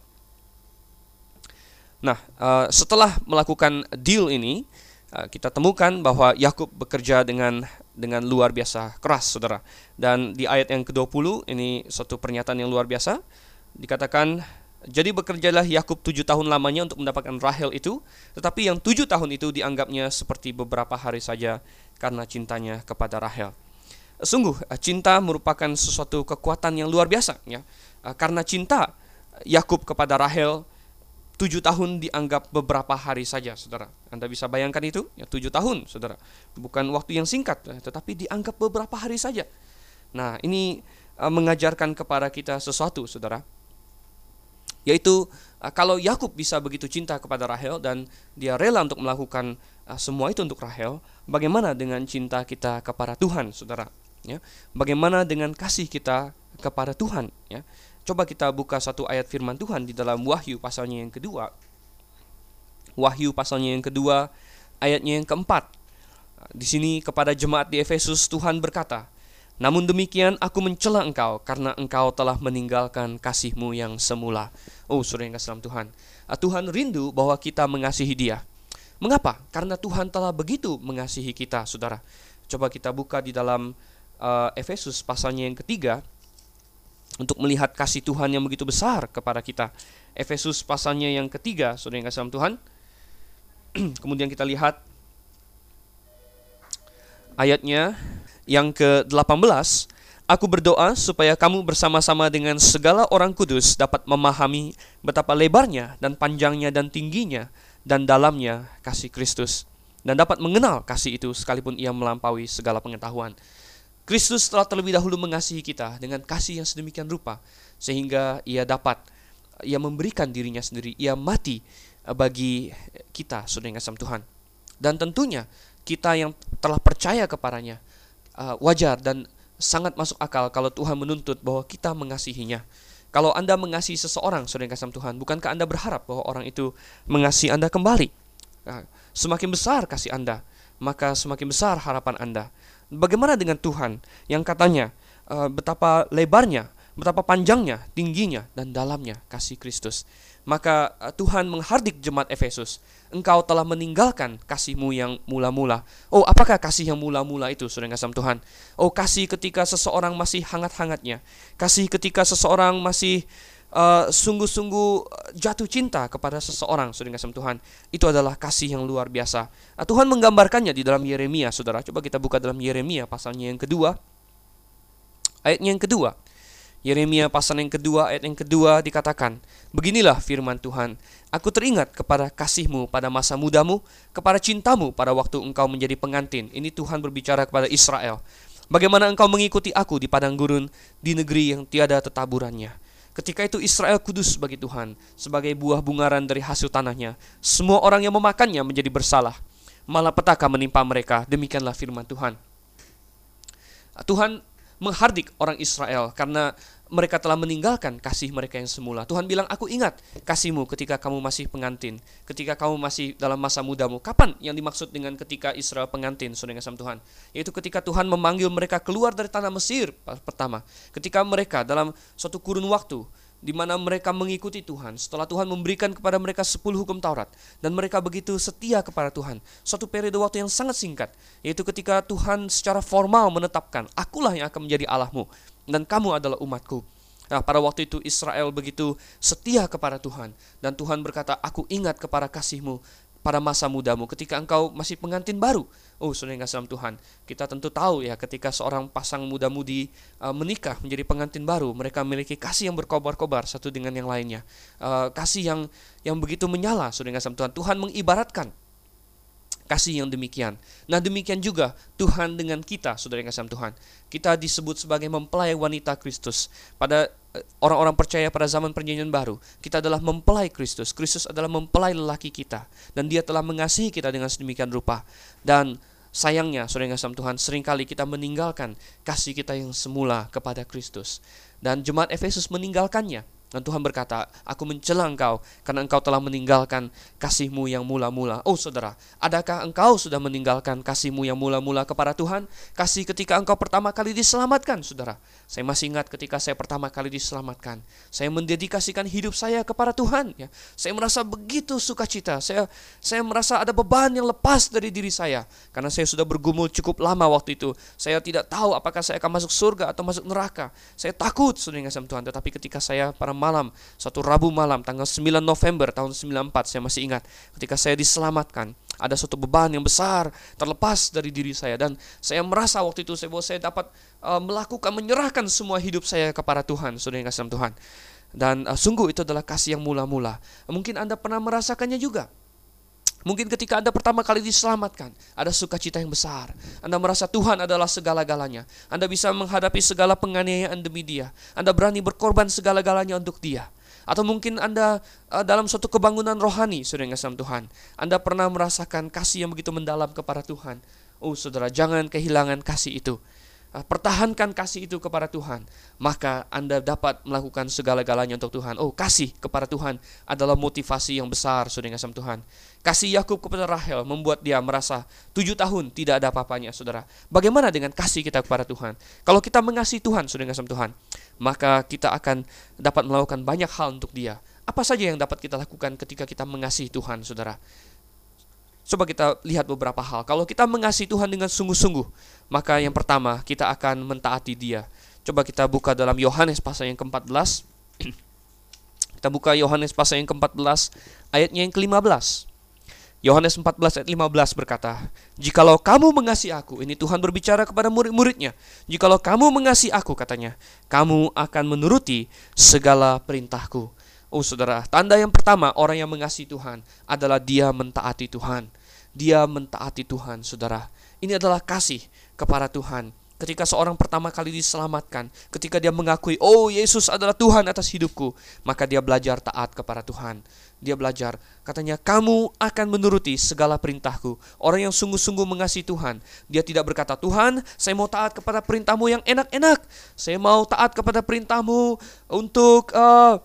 Nah, uh, setelah melakukan deal ini, kita temukan bahwa Yakub bekerja dengan dengan luar biasa keras, saudara. Dan di ayat yang kedua puluh ini suatu pernyataan yang luar biasa. Dikatakan, jadi bekerjalah Yakub tujuh tahun lamanya untuk mendapatkan Rahel itu, tetapi yang tujuh tahun itu dianggapnya seperti beberapa hari saja karena cintanya kepada Rahel. Sungguh, cinta merupakan sesuatu kekuatan yang luar biasa, ya. Karena cinta Yakub kepada Rahel, tujuh tahun dianggap beberapa hari saja, saudara. Anda bisa bayangkan itu, ya, tujuh tahun, saudara. Bukan waktu yang singkat, tetapi dianggap beberapa hari saja. Nah, ini uh, mengajarkan kepada kita sesuatu, saudara. Yaitu uh, kalau Yakub bisa begitu cinta kepada Rahel dan dia rela untuk melakukan uh, semua itu untuk Rahel, bagaimana dengan cinta kita kepada Tuhan, saudara? Ya, bagaimana dengan kasih kita kepada Tuhan? Ya, coba kita buka satu ayat firman Tuhan di dalam Wahyu pasalnya yang kedua. Wahyu pasalnya yang kedua, ayatnya yang keempat. Di sini kepada jemaat di Efesus Tuhan berkata, namun demikian aku mencela engkau karena engkau telah meninggalkan kasihmu yang semula. Oh, saudara yang kasih dalam Tuhan, Tuhan rindu bahwa kita mengasihi Dia. Mengapa? Karena Tuhan telah begitu mengasihi kita, saudara. Coba kita buka di dalam uh, Efesus pasalnya yang ketiga untuk melihat kasih Tuhan yang begitu besar kepada kita. Efesus pasalnya yang ketiga, saudara yang kasih dalam Tuhan. Kemudian kita lihat ayatnya yang ke delapan belas. Aku berdoa supaya kamu bersama-sama dengan segala orang kudus dapat memahami betapa lebarnya dan panjangnya dan tingginya dan dalamnya kasih Kristus, dan dapat mengenal kasih itu sekalipun ia melampaui segala pengetahuan. Kristus telah terlebih dahulu mengasihi kita dengan kasih yang sedemikian rupa, sehingga ia dapat, ia memberikan dirinya sendiri, ia mati bagi kita, saudara yang kasih Tuhan. Dan tentunya kita yang telah percaya kepadanya, uh, wajar dan sangat masuk akal kalau Tuhan menuntut bahwa kita mengasihinya. Kalau Anda mengasihi seseorang, saudara yang kasih Tuhan, bukankah Anda berharap bahwa orang itu mengasihi Anda kembali? Nah, semakin besar kasih Anda, maka semakin besar harapan Anda. Bagaimana dengan Tuhan yang katanya uh, betapa lebarnya, betapa panjangnya, tingginya, dan dalamnya kasih Kristus? Maka uh, Tuhan menghardik jemaat Efesus, engkau telah meninggalkan kasihmu yang mula-mula. Oh, apakah kasih yang mula-mula itu, saudara yang kasih Tuhan? Oh, kasih ketika seseorang masih hangat-hangatnya, kasih ketika seseorang masih uh, sungguh-sungguh jatuh cinta kepada seseorang, saudara yang kasih Tuhan. Itu adalah kasih yang luar biasa. uh, Tuhan menggambarkannya di dalam Yeremia, saudara. Coba kita buka dalam Yeremia pasalnya yang kedua, ayatnya yang kedua. Yeremia pasal yang kedua, ayat yang kedua dikatakan, beginilah firman Tuhan, aku teringat kepada kasihmu pada masa mudamu, kepada cintamu pada waktu engkau menjadi pengantin. Ini Tuhan berbicara kepada Israel. Bagaimana engkau mengikuti aku di padang gurun, di negeri yang tiada tetaburannya. Ketika itu Israel kudus bagi Tuhan, sebagai buah bungaran dari hasil tanahnya. Semua orang yang memakannya menjadi bersalah, malapetaka menimpa mereka. Demikianlah firman Tuhan. Tuhan menghardik orang Israel karena mereka telah meninggalkan kasih mereka yang semula. Tuhan bilang, aku ingat kasihmu ketika kamu masih pengantin, ketika kamu masih dalam masa mudamu. Kapan yang dimaksud dengan ketika Israel pengantin, saudara yang kasih Tuhan? Yaitu ketika Tuhan memanggil mereka keluar dari tanah Mesir pertama. Ketika mereka dalam suatu kurun waktu di mana mereka mengikuti Tuhan, setelah Tuhan memberikan kepada mereka sepuluh hukum Taurat, dan mereka begitu setia kepada Tuhan. Suatu periode waktu yang sangat singkat, yaitu ketika Tuhan secara formal menetapkan, akulah yang akan menjadi Allahmu, dan kamu adalah umatku. Nah, pada waktu itu Israel begitu setia kepada Tuhan, dan Tuhan berkata, aku ingat kepada kasihmu pada masa mudamu, ketika engkau masih pengantin baru. Oh, saudara yang kasih dalam Tuhan, kita tentu tahu ya, ketika seorang pasang muda-mudi uh, menikah menjadi pengantin baru, mereka memiliki kasih yang berkobar-kobar satu dengan yang lainnya, uh, kasih yang yang begitu menyala, saudara yang kasih dalam Tuhan. Tuhan mengibaratkan kasih yang demikian. Nah, demikian juga Tuhan dengan kita, saudara yang kasih dalam Tuhan. Kita disebut sebagai mempelai wanita Kristus. Pada orang-orang percaya pada zaman perjanjian baru, kita adalah mempelai Kristus. Kristus adalah mempelai lelaki kita, dan dia telah mengasihi kita dengan sedemikian rupa. Dan sayangnya, saudara yang kasih dalam Tuhan, seringkali kita meninggalkan kasih kita yang semula kepada Kristus. Dan jemaat Efesus meninggalkannya. Dan Tuhan berkata, aku mencela engkau karena engkau telah meninggalkan kasihmu yang mula-mula. Oh saudara, adakah engkau sudah meninggalkan kasihmu yang mula-mula kepada Tuhan? Kasih ketika engkau pertama kali diselamatkan, saudara. Saya masih ingat ketika saya pertama kali diselamatkan, saya mendedikasikan hidup saya kepada Tuhan. Ya. Saya merasa begitu sukacita. Saya, saya merasa ada beban yang lepas dari diri saya. Karena saya sudah bergumul cukup lama waktu itu. Saya tidak tahu apakah saya akan masuk surga atau masuk neraka. Saya takut, saudara yang kasih Tuhan. Tetapi ketika saya pada malam, satu Rabu malam, tanggal sembilan November tahun sembilan puluh empat, saya masih ingat, ketika saya diselamatkan, ada suatu beban yang besar terlepas dari diri saya, dan saya merasa waktu itu saya bahwa saya dapat uh, melakukan, menyerahkan semua hidup saya kepada Tuhan, saudara yang kasih Tuhan. Dan uh, sungguh itu adalah kasih yang mula-mula. Mungkin Anda pernah merasakannya juga. Mungkin ketika Anda pertama kali diselamatkan, ada sukacita yang besar. Anda merasa Tuhan adalah segala-galanya. Anda bisa menghadapi segala penganiayaan demi Dia. Anda berani berkorban segala-galanya untuk Dia. Atau mungkin Anda uh, dalam suatu kebangunan rohani, saudara yang kasih Tuhan. Anda pernah merasakan kasih yang begitu mendalam kepada Tuhan. Oh saudara, jangan kehilangan kasih itu. Uh, pertahankan kasih itu kepada Tuhan. Maka Anda dapat melakukan segala-galanya untuk Tuhan. Oh, kasih kepada Tuhan adalah motivasi yang besar, saudara yang kasih Tuhan. Kasih Yakub kepada Rahel membuat dia merasa tujuh tahun tidak ada apa-apanya, saudara. Bagaimana dengan kasih kita kepada Tuhan? Kalau kita mengasihi Tuhan, saudara yang kasih Tuhan, maka kita akan dapat melakukan banyak hal untuk Dia. Apa saja yang dapat kita lakukan ketika kita mengasihi Tuhan, saudara? Coba kita lihat beberapa hal. Kalau kita mengasihi Tuhan dengan sungguh-sungguh, maka yang pertama kita akan mentaati Dia. Coba kita buka dalam Yohanes pasal yang keempat belas. Kita buka Yohanes pasal yang keempat belas ayatnya yang kelima belas. Yohanes empat belas ayat lima belas berkata, "Jikalau kamu mengasihi aku," ini Tuhan berbicara kepada murid-muridnya, "Jikalau kamu mengasihi aku," katanya, "kamu akan menuruti segala perintahku." Oh saudara, tanda yang pertama orang yang mengasihi Tuhan adalah dia mentaati Tuhan. Dia mentaati Tuhan, saudara. Ini adalah kasih kepada Tuhan. Ketika seorang pertama kali diselamatkan, ketika dia mengakui, oh Yesus adalah Tuhan atas hidupku, maka dia belajar taat kepada Tuhan. Dia belajar, katanya, kamu akan menuruti segala perintahku. Orang yang sungguh-sungguh mengasihi Tuhan, dia tidak berkata, Tuhan, saya mau taat kepada perintahmu yang enak-enak. Saya mau taat kepada perintahmu untuk uh,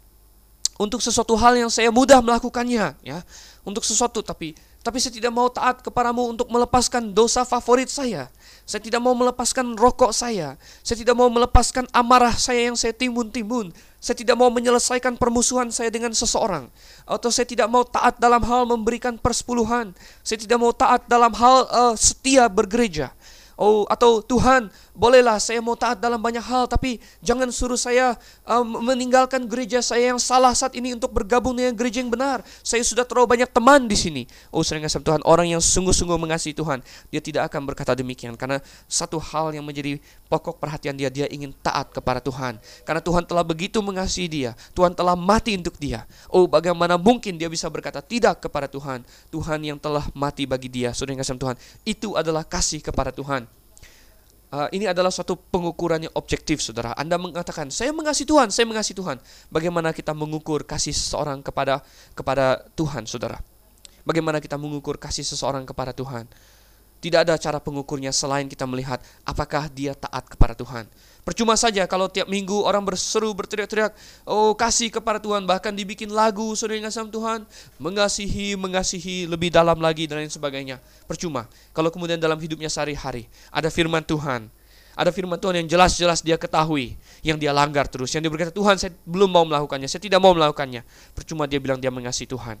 untuk sesuatu hal yang saya mudah melakukannya, ya, untuk sesuatu, tapi tapi saya tidak mau taat kepadamu untuk melepaskan dosa favorit saya. Saya tidak mau melepaskan rokok saya. Saya tidak mau melepaskan amarah saya yang saya timbun-timbun. Saya tidak mau menyelesaikan permusuhan saya dengan seseorang. Atau saya tidak mau taat dalam hal memberikan persepuluhan. Saya tidak mau taat dalam hal uh, setia bergereja. Oh, atau Tuhan, bolehlah saya mau taat dalam banyak hal, tapi jangan suruh saya um, meninggalkan gereja saya yang salah saat ini untuk bergabung dengan gereja yang benar. Saya sudah terlalu banyak teman di sini. Oh, sering kasih Tuhan, orang yang sungguh-sungguh mengasihi Tuhan, dia tidak akan berkata demikian, karena satu hal yang menjadi pokok perhatian dia, dia ingin taat kepada Tuhan. Karena Tuhan telah begitu mengasihi dia, Tuhan telah mati untuk dia. Oh, bagaimana mungkin dia bisa berkata tidak kepada Tuhan, Tuhan yang telah mati bagi dia. Saudara yang kasih Tuhan, itu adalah kasih kepada Tuhan. Uh, ini adalah suatu pengukuran yang objektif, saudara. Anda mengatakan, saya mengasihi Tuhan, saya mengasihi Tuhan. Bagaimana kita mengukur kasih seseorang kepada kepada Tuhan, saudara? Bagaimana kita mengukur kasih seseorang kepada Tuhan? Tidak ada cara pengukurnya selain kita melihat apakah dia taat kepada Tuhan. Percuma saja kalau tiap minggu orang berseru, berteriak-teriak, oh kasih kepada Tuhan, bahkan dibikin lagu, saudara yang kasih Tuhan, mengasihi, mengasihi lebih dalam lagi dan lain sebagainya. Percuma kalau kemudian dalam hidupnya sehari-hari ada firman Tuhan, ada firman Tuhan yang jelas-jelas dia ketahui, yang dia langgar terus, yang dia berkata, Tuhan saya belum mau melakukannya, saya tidak mau melakukannya. Percuma dia bilang dia mengasihi Tuhan.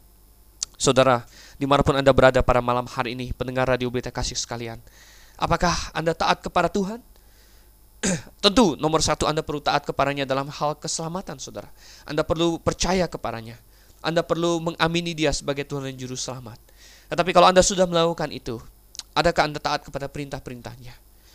Saudara, dimanapun Anda berada pada malam hari ini, pendengar radio Berita Kasih sekalian, apakah Anda taat kepada Tuhan? Tentu nomor satu Anda perlu taat kepadanya dalam hal keselamatan, saudara. Anda perlu percaya kepadanya. Anda perlu mengamini dia sebagai Tuhan dan Juru Selamat. Tetapi kalau Anda sudah melakukan itu, adakah Anda taat kepada perintah-perintahnya?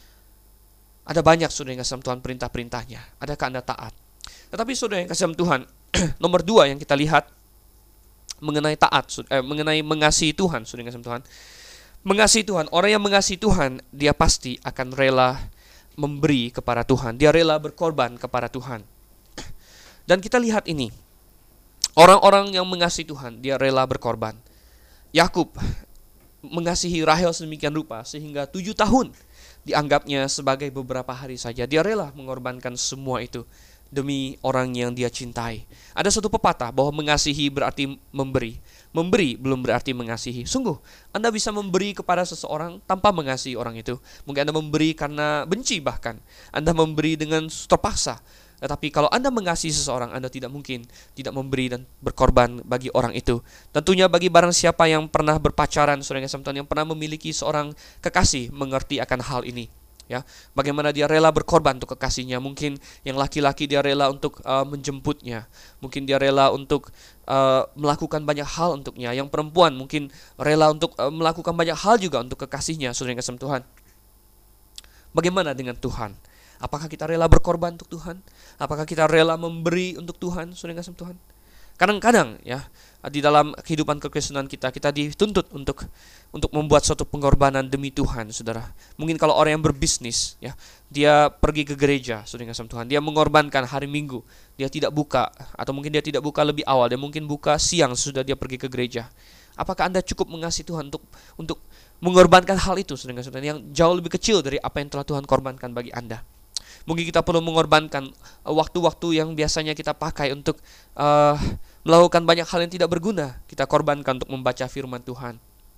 Ada banyak saudara yang kasih Tuhan perintah-perintahnya. Adakah Anda taat? Tetapi saudara yang kasih Tuhan, nomor dua yang kita lihat mengenai taat, eh, mengenai mengasihi Tuhan, saudara yang kasih Tuhan. Mengasihi Tuhan, orang yang mengasihi Tuhan, dia pasti akan rela memberi kepada Tuhan. Dia rela berkorban kepada Tuhan. Dan kita lihat ini, orang-orang yang mengasihi Tuhan, dia rela berkorban. Yakub mengasihi Rahel sedemikian rupa sehingga tujuh tahun dianggapnya sebagai beberapa hari saja. Dia rela mengorbankan semua itu demi orang yang dia cintai. Ada suatu pepatah bahwa mengasihi berarti memberi. Memberi belum berarti mengasihi. Sungguh, Anda bisa memberi kepada seseorang tanpa mengasihi orang itu. Mungkin Anda memberi karena benci bahkan. Anda memberi dengan terpaksa. Tetapi kalau Anda mengasihi seseorang, Anda tidak mungkin tidak memberi dan berkorban bagi orang itu. Tentunya bagi barang siapa yang pernah berpacaran, saudara yang pernah memiliki seorang kekasih, mengerti akan hal ini. Ya, bagaimana dia rela berkorban untuk kekasihnya. Mungkin yang laki-laki dia rela untuk uh, menjemputnya. Mungkin dia rela untuk uh, melakukan banyak hal untuknya. Yang perempuan mungkin rela untuk uh, melakukan banyak hal juga untuk kekasihnya, saudara yang kasih Tuhan. Bagaimana dengan Tuhan? Apakah kita rela berkorban untuk Tuhan? Apakah kita rela memberi untuk Tuhan, saudara yang kasih Tuhan? Kadang-kadang ya, di dalam kehidupan kekristenan kita, kita dituntut untuk untuk membuat suatu pengorbanan demi Tuhan, saudara. Mungkin kalau orang yang berbisnis, ya, dia pergi ke gereja, saudara kasih Tuhan, dia mengorbankan hari Minggu, dia tidak buka, atau mungkin dia tidak buka lebih awal, dia mungkin buka siang sudah dia pergi ke gereja. Apakah Anda cukup mengasihi Tuhan untuk untuk mengorbankan hal itu, saudara kasih Tuhan, yang jauh lebih kecil dari apa yang telah Tuhan korbankan bagi Anda? Mungkin kita perlu mengorbankan waktu-waktu yang biasanya kita pakai untuk uh, melakukan banyak hal yang tidak berguna, kita korbankan untuk membaca firman Tuhan.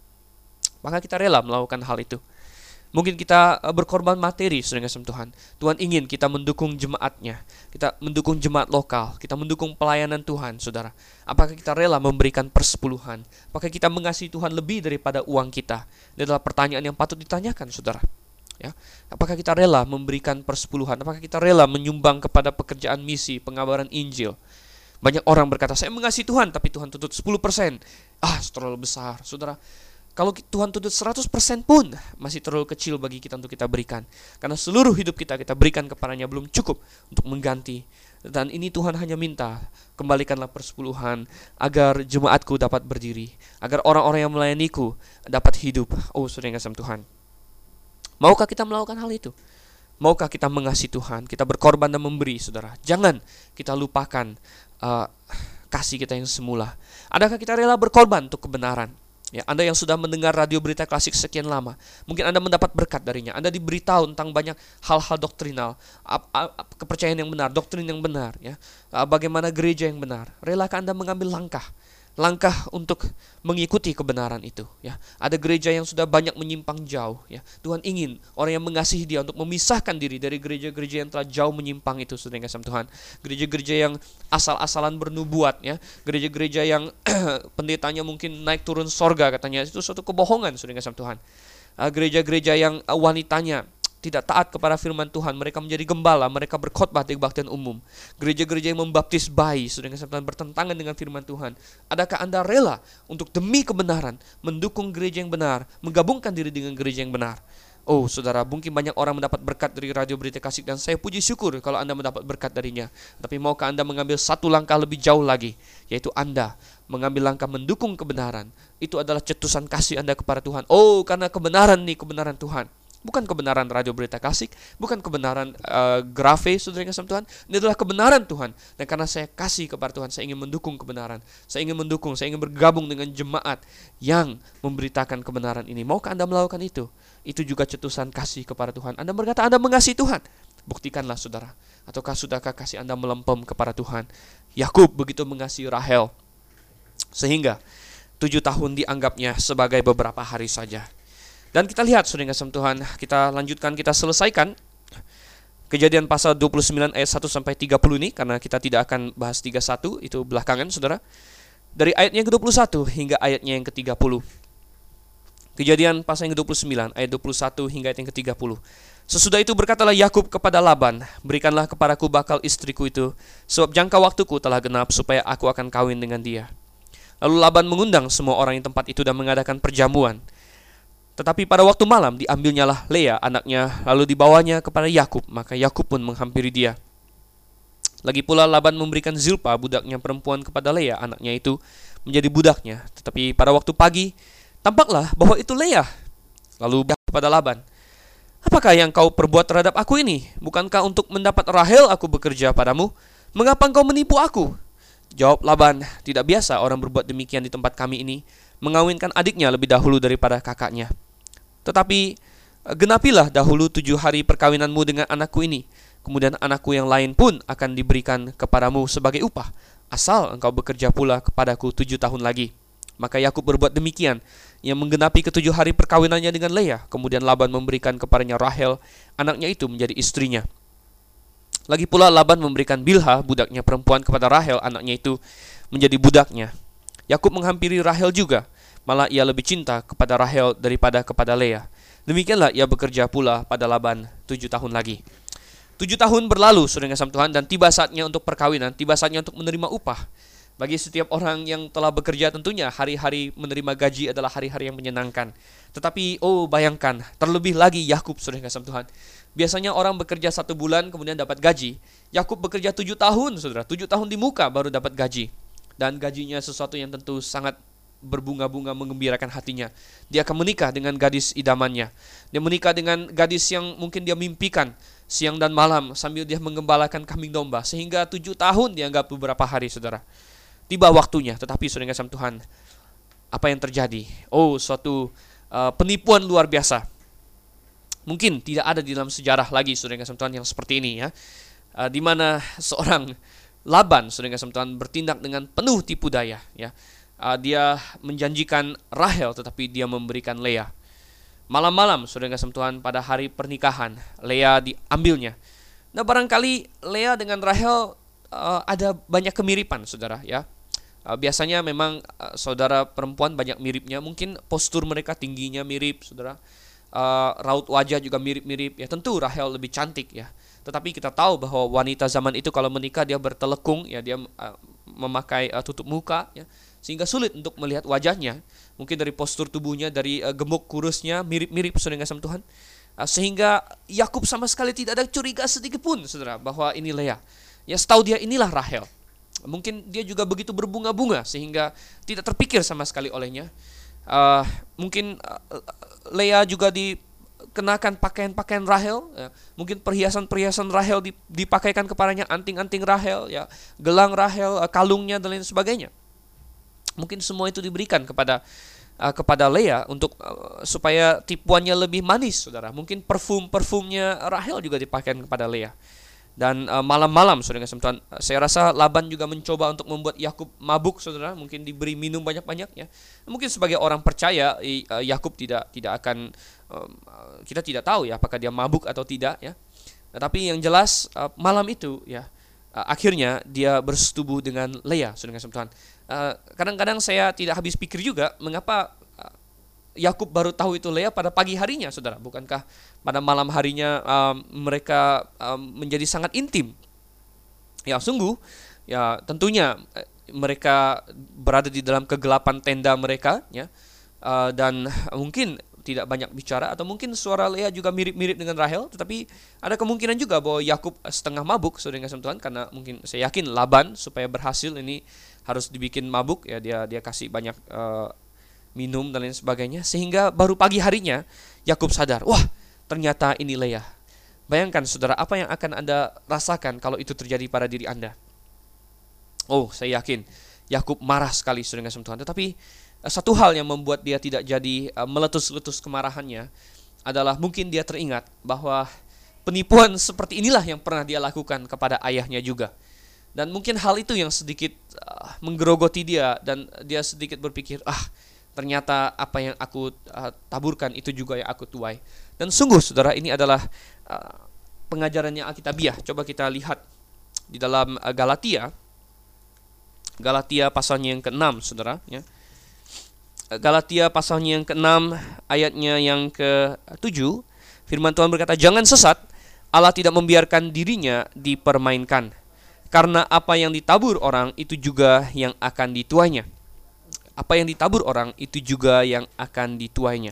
Maka kita rela melakukan hal itu. Mungkin kita uh, berkorban materi, saudara kasih Tuhan. Tuhan ingin kita mendukung jemaatnya, kita mendukung jemaat lokal, kita mendukung pelayanan Tuhan, saudara. Apakah kita rela memberikan persepuluhan? Apakah kita mengasihi Tuhan lebih daripada uang kita? Ini adalah pertanyaan yang patut ditanyakan, saudara. Ya, apakah kita rela memberikan persepuluhan? Apakah kita rela menyumbang kepada pekerjaan misi, pengabaran Injil? Banyak orang berkata, saya mengasihi Tuhan, tapi Tuhan tuntut sepuluh persen. Ah, terlalu besar. Saudara, kalau Tuhan tuntut seratus persen pun masih terlalu kecil bagi kita untuk kita berikan. Karena seluruh hidup kita kita berikan kepadanya belum cukup untuk mengganti. Dan ini Tuhan hanya minta, kembalikanlah persepuluhan agar jemaatku dapat berdiri, agar orang-orang yang melayaniku dapat hidup. Oh, saudara yang kasih Tuhan, maukah kita melakukan hal itu? Maukah kita mengasihi Tuhan, kita berkorban dan memberi, saudara? Jangan kita lupakan uh, kasih kita yang semula. Adakah kita rela berkorban untuk kebenaran? Ya, Anda yang sudah mendengar radio berita klasik sekian lama, mungkin Anda mendapat berkat darinya. Anda diberitahu tentang banyak hal-hal doktrinal, kepercayaan yang benar, doktrin yang benar, ya, bagaimana gereja yang benar. Relakah Anda mengambil langkah? Langkah untuk mengikuti kebenaran itu, ya. Ada gereja yang sudah banyak menyimpang jauh, ya. Tuhan ingin orang yang mengasihi dia untuk memisahkan diri dari gereja-gereja yang telah jauh menyimpang itu, saudara yang kasih Tuhan. Gereja-gereja yang asal-asalan bernubuat, ya. Gereja-gereja yang pendetanya mungkin naik turun sorga katanya, itu suatu kebohongan, saudara yang kasih Tuhan. Gereja-gereja yang wanitanya tidak taat kepada firman Tuhan, mereka menjadi gembala, mereka berkhotbah di kebaktian umum. Gereja-gereja yang membaptis bayi, saudara yang bertentangan dengan firman Tuhan. Adakah Anda rela untuk demi kebenaran mendukung gereja yang benar, menggabungkan diri dengan gereja yang benar? Oh, saudara, mungkin banyak orang mendapat berkat dari radio berita kasih, dan saya puji syukur kalau Anda mendapat berkat darinya. Tapi maukah Anda mengambil satu langkah lebih jauh lagi, yaitu Anda mengambil langkah mendukung kebenaran? Itu adalah cetusan kasih Anda kepada Tuhan. Oh, karena kebenaran nih, kebenaran Tuhan. Bukan kebenaran radio berita klasik, bukan kebenaran uh, Grafe, saudara yang kasih Tuhan. Ini adalah kebenaran Tuhan. Dan karena saya kasih kepada Tuhan, saya ingin mendukung kebenaran. Saya ingin mendukung, saya ingin bergabung dengan jemaat yang memberitakan kebenaran ini. Maukah Anda melakukan itu? Itu juga cetusan kasih kepada Tuhan. Anda berkata Anda mengasihi Tuhan. Buktikanlah, saudara. Ataukah sudahkah kasih Anda melempem kepada Tuhan? Yakub begitu mengasihi Rahel, sehingga tujuh tahun dianggapnya sebagai beberapa hari saja. Dan kita lihat, saudara yang kasih Tuhan, kita lanjutkan, kita selesaikan Kejadian pasal dua puluh sembilan ayat satu sampai tiga puluh ini, karena kita tidak akan bahas tiga puluh satu, itu belakangan, saudara. Dari ayatnya yang ke dua puluh satu hingga ayatnya yang ke tiga puluh. Kejadian pasal yang ke dua puluh sembilan ayat dua puluh satu hingga ayat yang ke tiga puluh. Sesudah itu berkatalah Yakub kepada Laban, berikanlah kepadaku bakal istriku itu, sebab jangka waktuku telah genap supaya aku akan kawin dengan dia. Lalu Laban mengundang semua orang di tempat itu dan mengadakan perjamuan. Tetapi pada waktu malam diambilnyalah Lea anaknya, lalu dibawanya kepada Yakub, maka Yakub pun menghampiri dia. Lagi pula Laban memberikan Zilpa budaknya perempuan kepada Lea anaknya itu menjadi budaknya. Tetapi pada waktu pagi tampaklah bahwa itu Lea. Lalu kepada Laban, apakah yang kau perbuat terhadap aku ini? Bukankah untuk mendapat Rahel aku bekerja padamu? Mengapa engkau menipu aku? Jawab Laban, tidak biasa orang berbuat demikian di tempat kami ini, mengawinkan adiknya lebih dahulu daripada kakaknya. Tetapi genapilah dahulu tujuh hari perkawinanmu dengan anakku ini, kemudian anakku yang lain pun akan diberikan kepadamu sebagai upah, asal engkau bekerja pula kepadaku tujuh tahun lagi. Maka Yakub berbuat demikian, yang menggenapi ketujuh hari perkawinannya dengan Lea. Kemudian Laban memberikan kepadanya Rahel, anaknya itu menjadi istrinya. Lagi pula Laban memberikan Bilha, budaknya perempuan, kepada Rahel, anaknya itu menjadi budaknya. Yakub menghampiri Rahel juga, malah ia lebih cinta kepada Rahel daripada kepada Lea. Demikianlah ia bekerja pula pada Laban tujuh tahun lagi. Tujuh tahun berlalu, saudara yang kasih Tuhan, dan tiba saatnya untuk perkawinan, tiba saatnya untuk menerima upah. Bagi setiap orang yang telah bekerja, tentunya hari-hari menerima gaji adalah hari-hari yang menyenangkan. Tetapi, oh bayangkan, terlebih lagi Yakub, saudara yang kasih Tuhan. Biasanya orang bekerja satu bulan kemudian dapat gaji. Yakub bekerja tujuh tahun, saudara, tujuh tahun di muka baru dapat gaji. dan gajinya sesuatu yang tentu sangat berbunga-bunga mengembirakan hatinya. Dia akan menikah dengan gadis idamannya. Dia menikah dengan gadis yang mungkin dia mimpikan siang dan malam sambil dia menggembalakan kambing domba, sehingga tujuh tahun dianggap beberapa hari, saudara. Tiba waktunya, tetapi saudara kasih Tuhan, apa yang terjadi? Oh, suatu uh, penipuan luar biasa. Mungkin tidak ada di dalam sejarah lagi saudara kasih Tuhan yang seperti ini, ya. Uh, di mana seorang Laban saudara kasih Tuhan bertindak dengan penuh tipu daya, ya. Uh, dia menjanjikan Rahel tetapi dia memberikan Lea. Malam-malam saudara kasih Tuhan, pada hari pernikahan Lea diambilnya. Nah, barangkali Lea dengan Rahel uh, ada banyak kemiripan, saudara, ya. Uh, biasanya memang uh, saudara perempuan banyak miripnya. Mungkin postur mereka tingginya mirip, saudara. Uh, raut wajah juga mirip-mirip. Ya, tentu Rahel lebih cantik, ya. Tetapi kita tahu bahwa wanita zaman itu kalau menikah dia bertelekung, ya, dia uh, memakai uh, tutup muka, ya, sehingga sulit untuk melihat wajahnya. Mungkin dari postur tubuhnya, dari uh, gemuk kurusnya mirip-mirip, saudara kasih Tuhan. Uh, sehingga Yakub sama sekali tidak ada curiga sedikit pun, saudara, bahwa ini Lea. Ya, setahu dia inilah Rahel. Mungkin dia juga begitu berbunga-bunga sehingga tidak terpikir sama sekali olehnya. Uh, mungkin uh, Lea juga dikenakan pakaian-pakaian Rahel, ya. Mungkin perhiasan-perhiasan Rahel dipakaikan kepadanya, anting-anting Rahel, ya, gelang Rahel, uh, kalungnya dan lain sebagainya. Mungkin semua itu diberikan kepada uh, kepada Lea untuk uh, supaya tipuannya lebih manis, saudara. Mungkin parfum-parfumnya Rahel juga dipakaikan kepada Lea. Dan uh, malam-malam, saudara kasih Tuhan, saya rasa Laban juga mencoba untuk membuat Yakub mabuk, saudara. Mungkin diberi minum banyak-banyak, ya. Mungkin sebagai orang percaya, uh, Yakub tidak tidak akan uh, kita tidak tahu, ya, apakah dia mabuk atau tidak, ya. Tetapi yang jelas uh, malam itu, ya, uh, akhirnya dia bersetubuh dengan Lea, saudara kasih Tuhan. Uh, kadang-kadang saya tidak habis pikir juga mengapa Yakub baru tahu itu Lea pada pagi harinya, saudara. Bukankah pada malam harinya um, mereka um, menjadi sangat intim? Ya, sungguh, ya, tentunya eh, mereka berada di dalam kegelapan tenda mereka, ya, uh, dan mungkin tidak banyak bicara, atau mungkin suara Lea juga mirip-mirip dengan Rahel. Tetapi ada kemungkinan juga bahwa Yakub setengah mabuk, saudara kasih Tuhan, karena mungkin saya yakin Laban supaya berhasil ini harus dibikin mabuk, ya, dia dia kasih banyak uh, minum dan lain sebagainya, sehingga baru pagi harinya Yakub sadar, wah, ternyata ini Lea. Bayangkan, saudara, apa yang akan Anda rasakan kalau itu terjadi pada diri Anda. Oh, saya yakin Yakub marah sekali, saudara kasih Tuhan. Tetapi satu hal yang membuat dia tidak jadi uh, meletus-letus kemarahannya adalah mungkin dia teringat bahwa penipuan seperti inilah yang pernah dia lakukan kepada ayahnya juga. Dan mungkin hal itu yang sedikit uh, menggerogoti dia, dan dia sedikit berpikir, ah, ternyata apa yang aku uh, taburkan itu juga yang aku tuai. Dan sungguh, saudara, ini adalah uh, pengajaran yang alkitabiah. Coba kita lihat di dalam uh, Galatia. Galatia pasalnya yang keenam, saudara, ya. Galatia pasalnya yang keenam, ayatnya yang ketujuh. Firman Tuhan berkata, jangan sesat, Allah tidak membiarkan dirinya dipermainkan. Karena apa yang ditabur orang itu juga yang akan dituainya. Apa yang ditabur orang itu juga yang akan dituainya.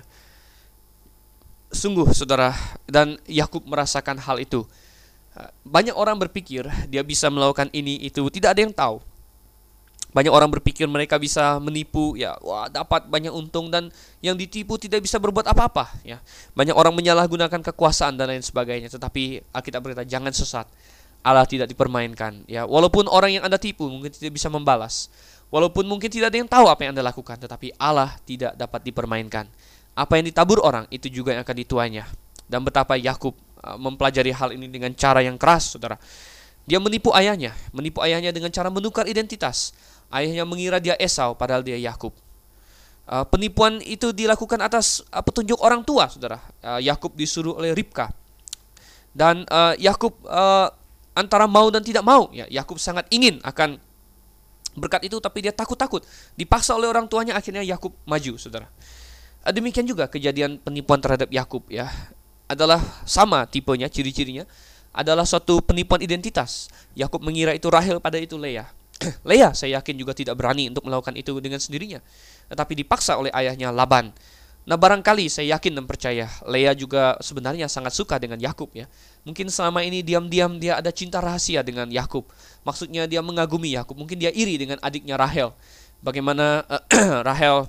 Sungguh, saudara, dan Yakub merasakan hal itu. Banyak orang berpikir dia bisa melakukan ini itu, tidak ada yang tahu. Banyak orang berpikir mereka bisa menipu, ya, wah, dapat banyak untung, dan yang ditipu tidak bisa berbuat apa-apa, ya. Banyak orang menyalahgunakan kekuasaan dan lain sebagainya. Tetapi Alkitab berkata, jangan sesat, Allah tidak dipermainkan, ya. Walaupun orang yang Anda tipu mungkin tidak bisa membalas, walaupun mungkin tidak ada yang tahu apa yang Anda lakukan, tetapi Allah tidak dapat dipermainkan. Apa yang ditabur orang itu juga yang akan dituainya. Dan betapa Yakub uh, mempelajari hal ini dengan cara yang keras, saudara. Dia menipu ayahnya, menipu ayahnya dengan cara menukar identitas. Ayahnya mengira dia Esau, padahal dia Yakub. Uh, penipuan itu dilakukan atas uh, petunjuk orang tua, saudara. Uh, Yakub disuruh oleh Ribka, dan uh, Yakub uh, antara mau dan tidak mau. Ya, Yakub sangat ingin akan berkat itu, tapi dia takut-takut. Dipaksa oleh orang tuanya, akhirnya Yakub maju, saudara. Demikian juga kejadian penipuan terhadap Yakub, ya. Adalah sama tipenya, ciri-cirinya. Adalah suatu penipuan identitas. Yakub mengira itu Rahel, pada itu Lea. Lea, saya yakin juga tidak berani untuk melakukan itu dengan sendirinya. Tetapi dipaksa oleh ayahnya Laban. Nah, barangkali saya yakin dan percaya Lea juga sebenarnya sangat suka dengan Yakub ya. Mungkin selama ini diam-diam dia ada cinta rahasia dengan Yakub. Maksudnya dia mengagumi Yakub. Mungkin dia iri dengan adiknya Rahel. Bagaimana uh, Rahel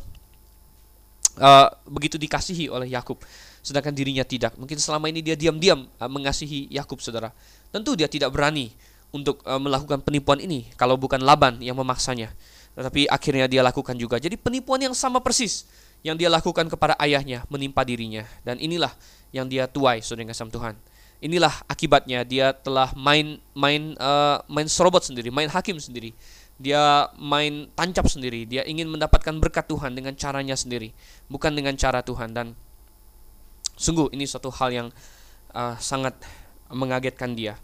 uh, begitu dikasihi oleh Yakub, sedangkan dirinya tidak. Mungkin selama ini dia diam-diam uh, mengasihi Yakub, saudara. Tentu dia tidak berani untuk uh, melakukan penipuan ini kalau bukan Laban yang memaksanya. Tetapi akhirnya dia lakukan juga. Jadi penipuan yang sama persis yang dia lakukan kepada ayahnya menimpa dirinya. Dan inilah yang dia tuai, saudara yang kasih Tuhan. Inilah akibatnya dia telah main main uh, main serobot sendiri, main hakim sendiri. Dia main tancap sendiri. Dia ingin mendapatkan berkat Tuhan dengan caranya sendiri, bukan dengan cara Tuhan. Dan sungguh ini suatu hal yang uh, sangat mengagetkan dia.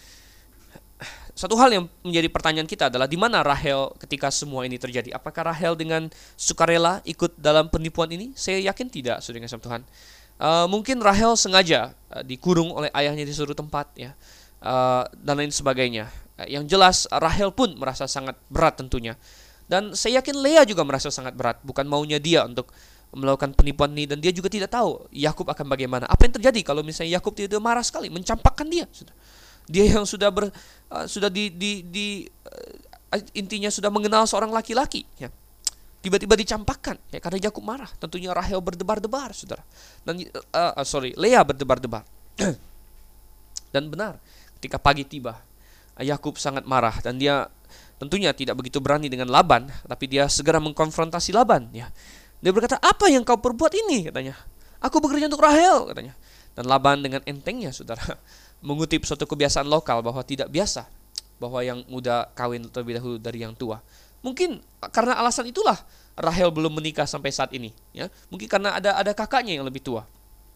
Satu hal yang menjadi pertanyaan kita adalah di mana Rahel ketika semua ini terjadi? Apakah Rahel dengan sukarela ikut dalam penipuan ini? Saya yakin tidak, saudara yang kasih Tuhan. Uh, mungkin Rahel sengaja uh, dikurung oleh ayahnya di suatu tempat, ya, uh, dan lain sebagainya. Uh, yang jelas Rahel pun merasa sangat berat tentunya. Dan saya yakin Lea juga merasa sangat berat. Bukan maunya dia untuk melakukan penipuan ini, dan dia juga tidak tahu Yakub akan bagaimana. Apa yang terjadi kalau misalnya Yakub tidak marah sekali, mencampakkan dia? Dia yang sudah ber, uh, sudah di, di, di uh, intinya sudah mengenal seorang laki-laki, ya, tiba-tiba dicampakkan, ya, karena Yakub marah. Tentunya Rahel berdebar-debar, saudara. Dan uh, uh, sorry, Lea berdebar-debar. Dan benar, ketika pagi tiba, Yakub sangat marah dan dia tentunya tidak begitu berani dengan Laban, tapi dia segera mengkonfrontasi Laban, ya. Dia berkata, "Apa yang kau perbuat ini?" katanya. "Aku bekerja untuk Rahel," katanya. Dan Laban dengan entengnya, saudara, mengutip suatu kebiasaan lokal bahwa tidak biasa bahwa yang muda kawin terlebih dahulu dari yang tua. Mungkin karena alasan itulah Rahel belum menikah sampai saat ini, ya. Mungkin karena ada ada kakaknya yang lebih tua.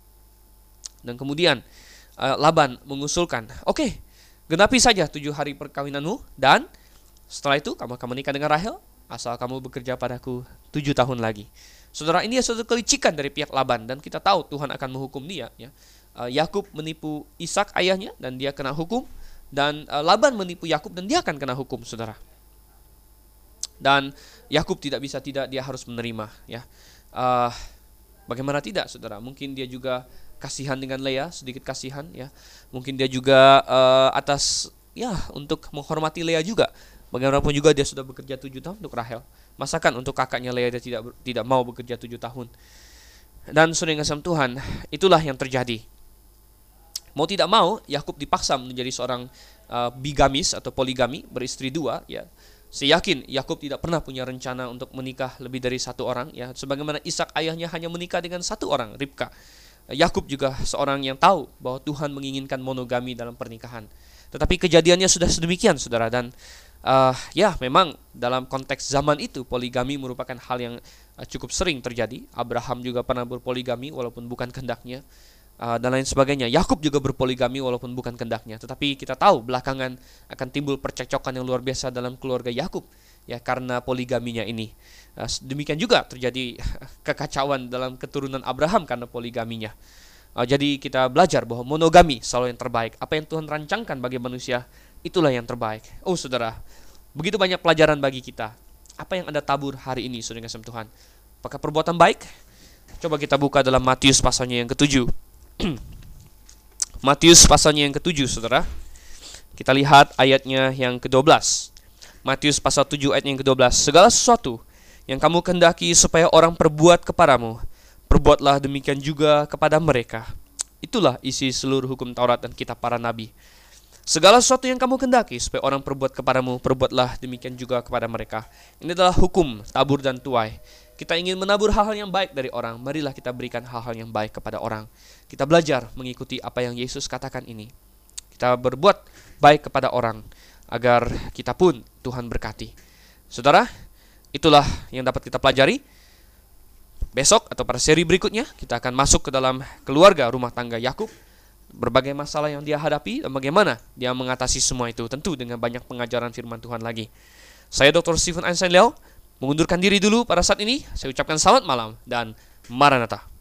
Dan kemudian uh, Laban mengusulkan, "Oke, genapi saja tujuh hari perkawinanmu, dan setelah itu kamu akan menikah dengan Rahel, asal kamu bekerja padaku tujuh tahun lagi." Saudara, ini suatu kelicikan dari pihak Laban, dan kita tahu Tuhan akan menghukum dia, ya. Uh, Yakub menipu Ishak ayahnya dan dia kena hukum, dan uh, Laban menipu Yakub dan dia akan kena hukum, saudara. Dan Yakub tidak bisa tidak, dia harus menerima, ya. Uh, bagaimana tidak, saudara? Mungkin dia juga kasihan dengan Lea, sedikit kasihan, ya. Mungkin dia juga uh, atas, ya, untuk menghormati Lea juga. Bagaimanapun juga dia sudah bekerja tujuh tahun untuk Rahel. Masakan untuk kakaknya Lea dia tidak tidak mau bekerja tujuh tahun. Dan saudara yang kasih Tuhan, itulah yang terjadi. Mau tidak mau, Yakub dipaksa menjadi seorang uh, bigamis atau poligami, beristri dua, ya. Saya yakin Yakub tidak pernah punya rencana untuk menikah lebih dari satu orang, ya. Sebagaimana Ishak ayahnya hanya menikah dengan satu orang, Ribka. Yakub juga seorang yang tahu bahwa Tuhan menginginkan monogami dalam pernikahan. Tetapi kejadiannya sudah sedemikian, saudara. Dan uh, ya, memang dalam konteks zaman itu poligami merupakan hal yang uh, cukup sering terjadi. Abraham juga pernah berpoligami walaupun bukan kehendaknya. Uh, dan lain sebagainya. Yakub juga berpoligami walaupun bukan kehendaknya. Tetapi kita tahu belakangan akan timbul percekcokan yang luar biasa dalam keluarga Yakub, ya, karena poligaminya ini. Uh, demikian juga terjadi kekacauan dalam keturunan Abraham karena poligaminya. Uh, jadi kita belajar bahwa monogami selalu yang terbaik. Apa yang Tuhan rancangkan bagi manusia, itulah yang terbaik. Oh, saudara, begitu banyak pelajaran bagi kita. Apa yang Anda tabur hari ini, saudara kasih Tuhan? Apakah perbuatan baik? Coba kita buka dalam Matius pasalnya yang ketujuh. Matius pasalnya yang ketujuh, saudara. Kita lihat ayatnya yang kedua belas. Matius pasal tujuh ayat yang kedua belas. "Segala sesuatu yang kamu kehendaki supaya orang perbuat kepadamu, perbuatlah demikian juga kepada mereka. Itulah isi seluruh hukum Taurat dan kitab para nabi. Segala sesuatu yang kamu kehendaki supaya orang perbuat kepadamu, perbuatlah demikian juga kepada mereka." Ini adalah hukum tabur dan tuai. Kita ingin menabur hal-hal yang baik dari orang, marilah kita berikan hal-hal yang baik kepada orang. Kita belajar mengikuti apa yang Yesus katakan ini. Kita berbuat baik kepada orang, agar kita pun Tuhan berkati. Saudara, itulah yang dapat kita pelajari. Besok atau pada seri berikutnya, kita akan masuk ke dalam keluarga rumah tangga Yakub. Berbagai masalah yang dia hadapi dan bagaimana dia mengatasi semua itu, tentu dengan banyak pengajaran firman Tuhan lagi. Saya doktor Stephen Einstein Leo mengundurkan diri dulu pada saat ini. Saya ucapkan selamat malam dan Maranatha.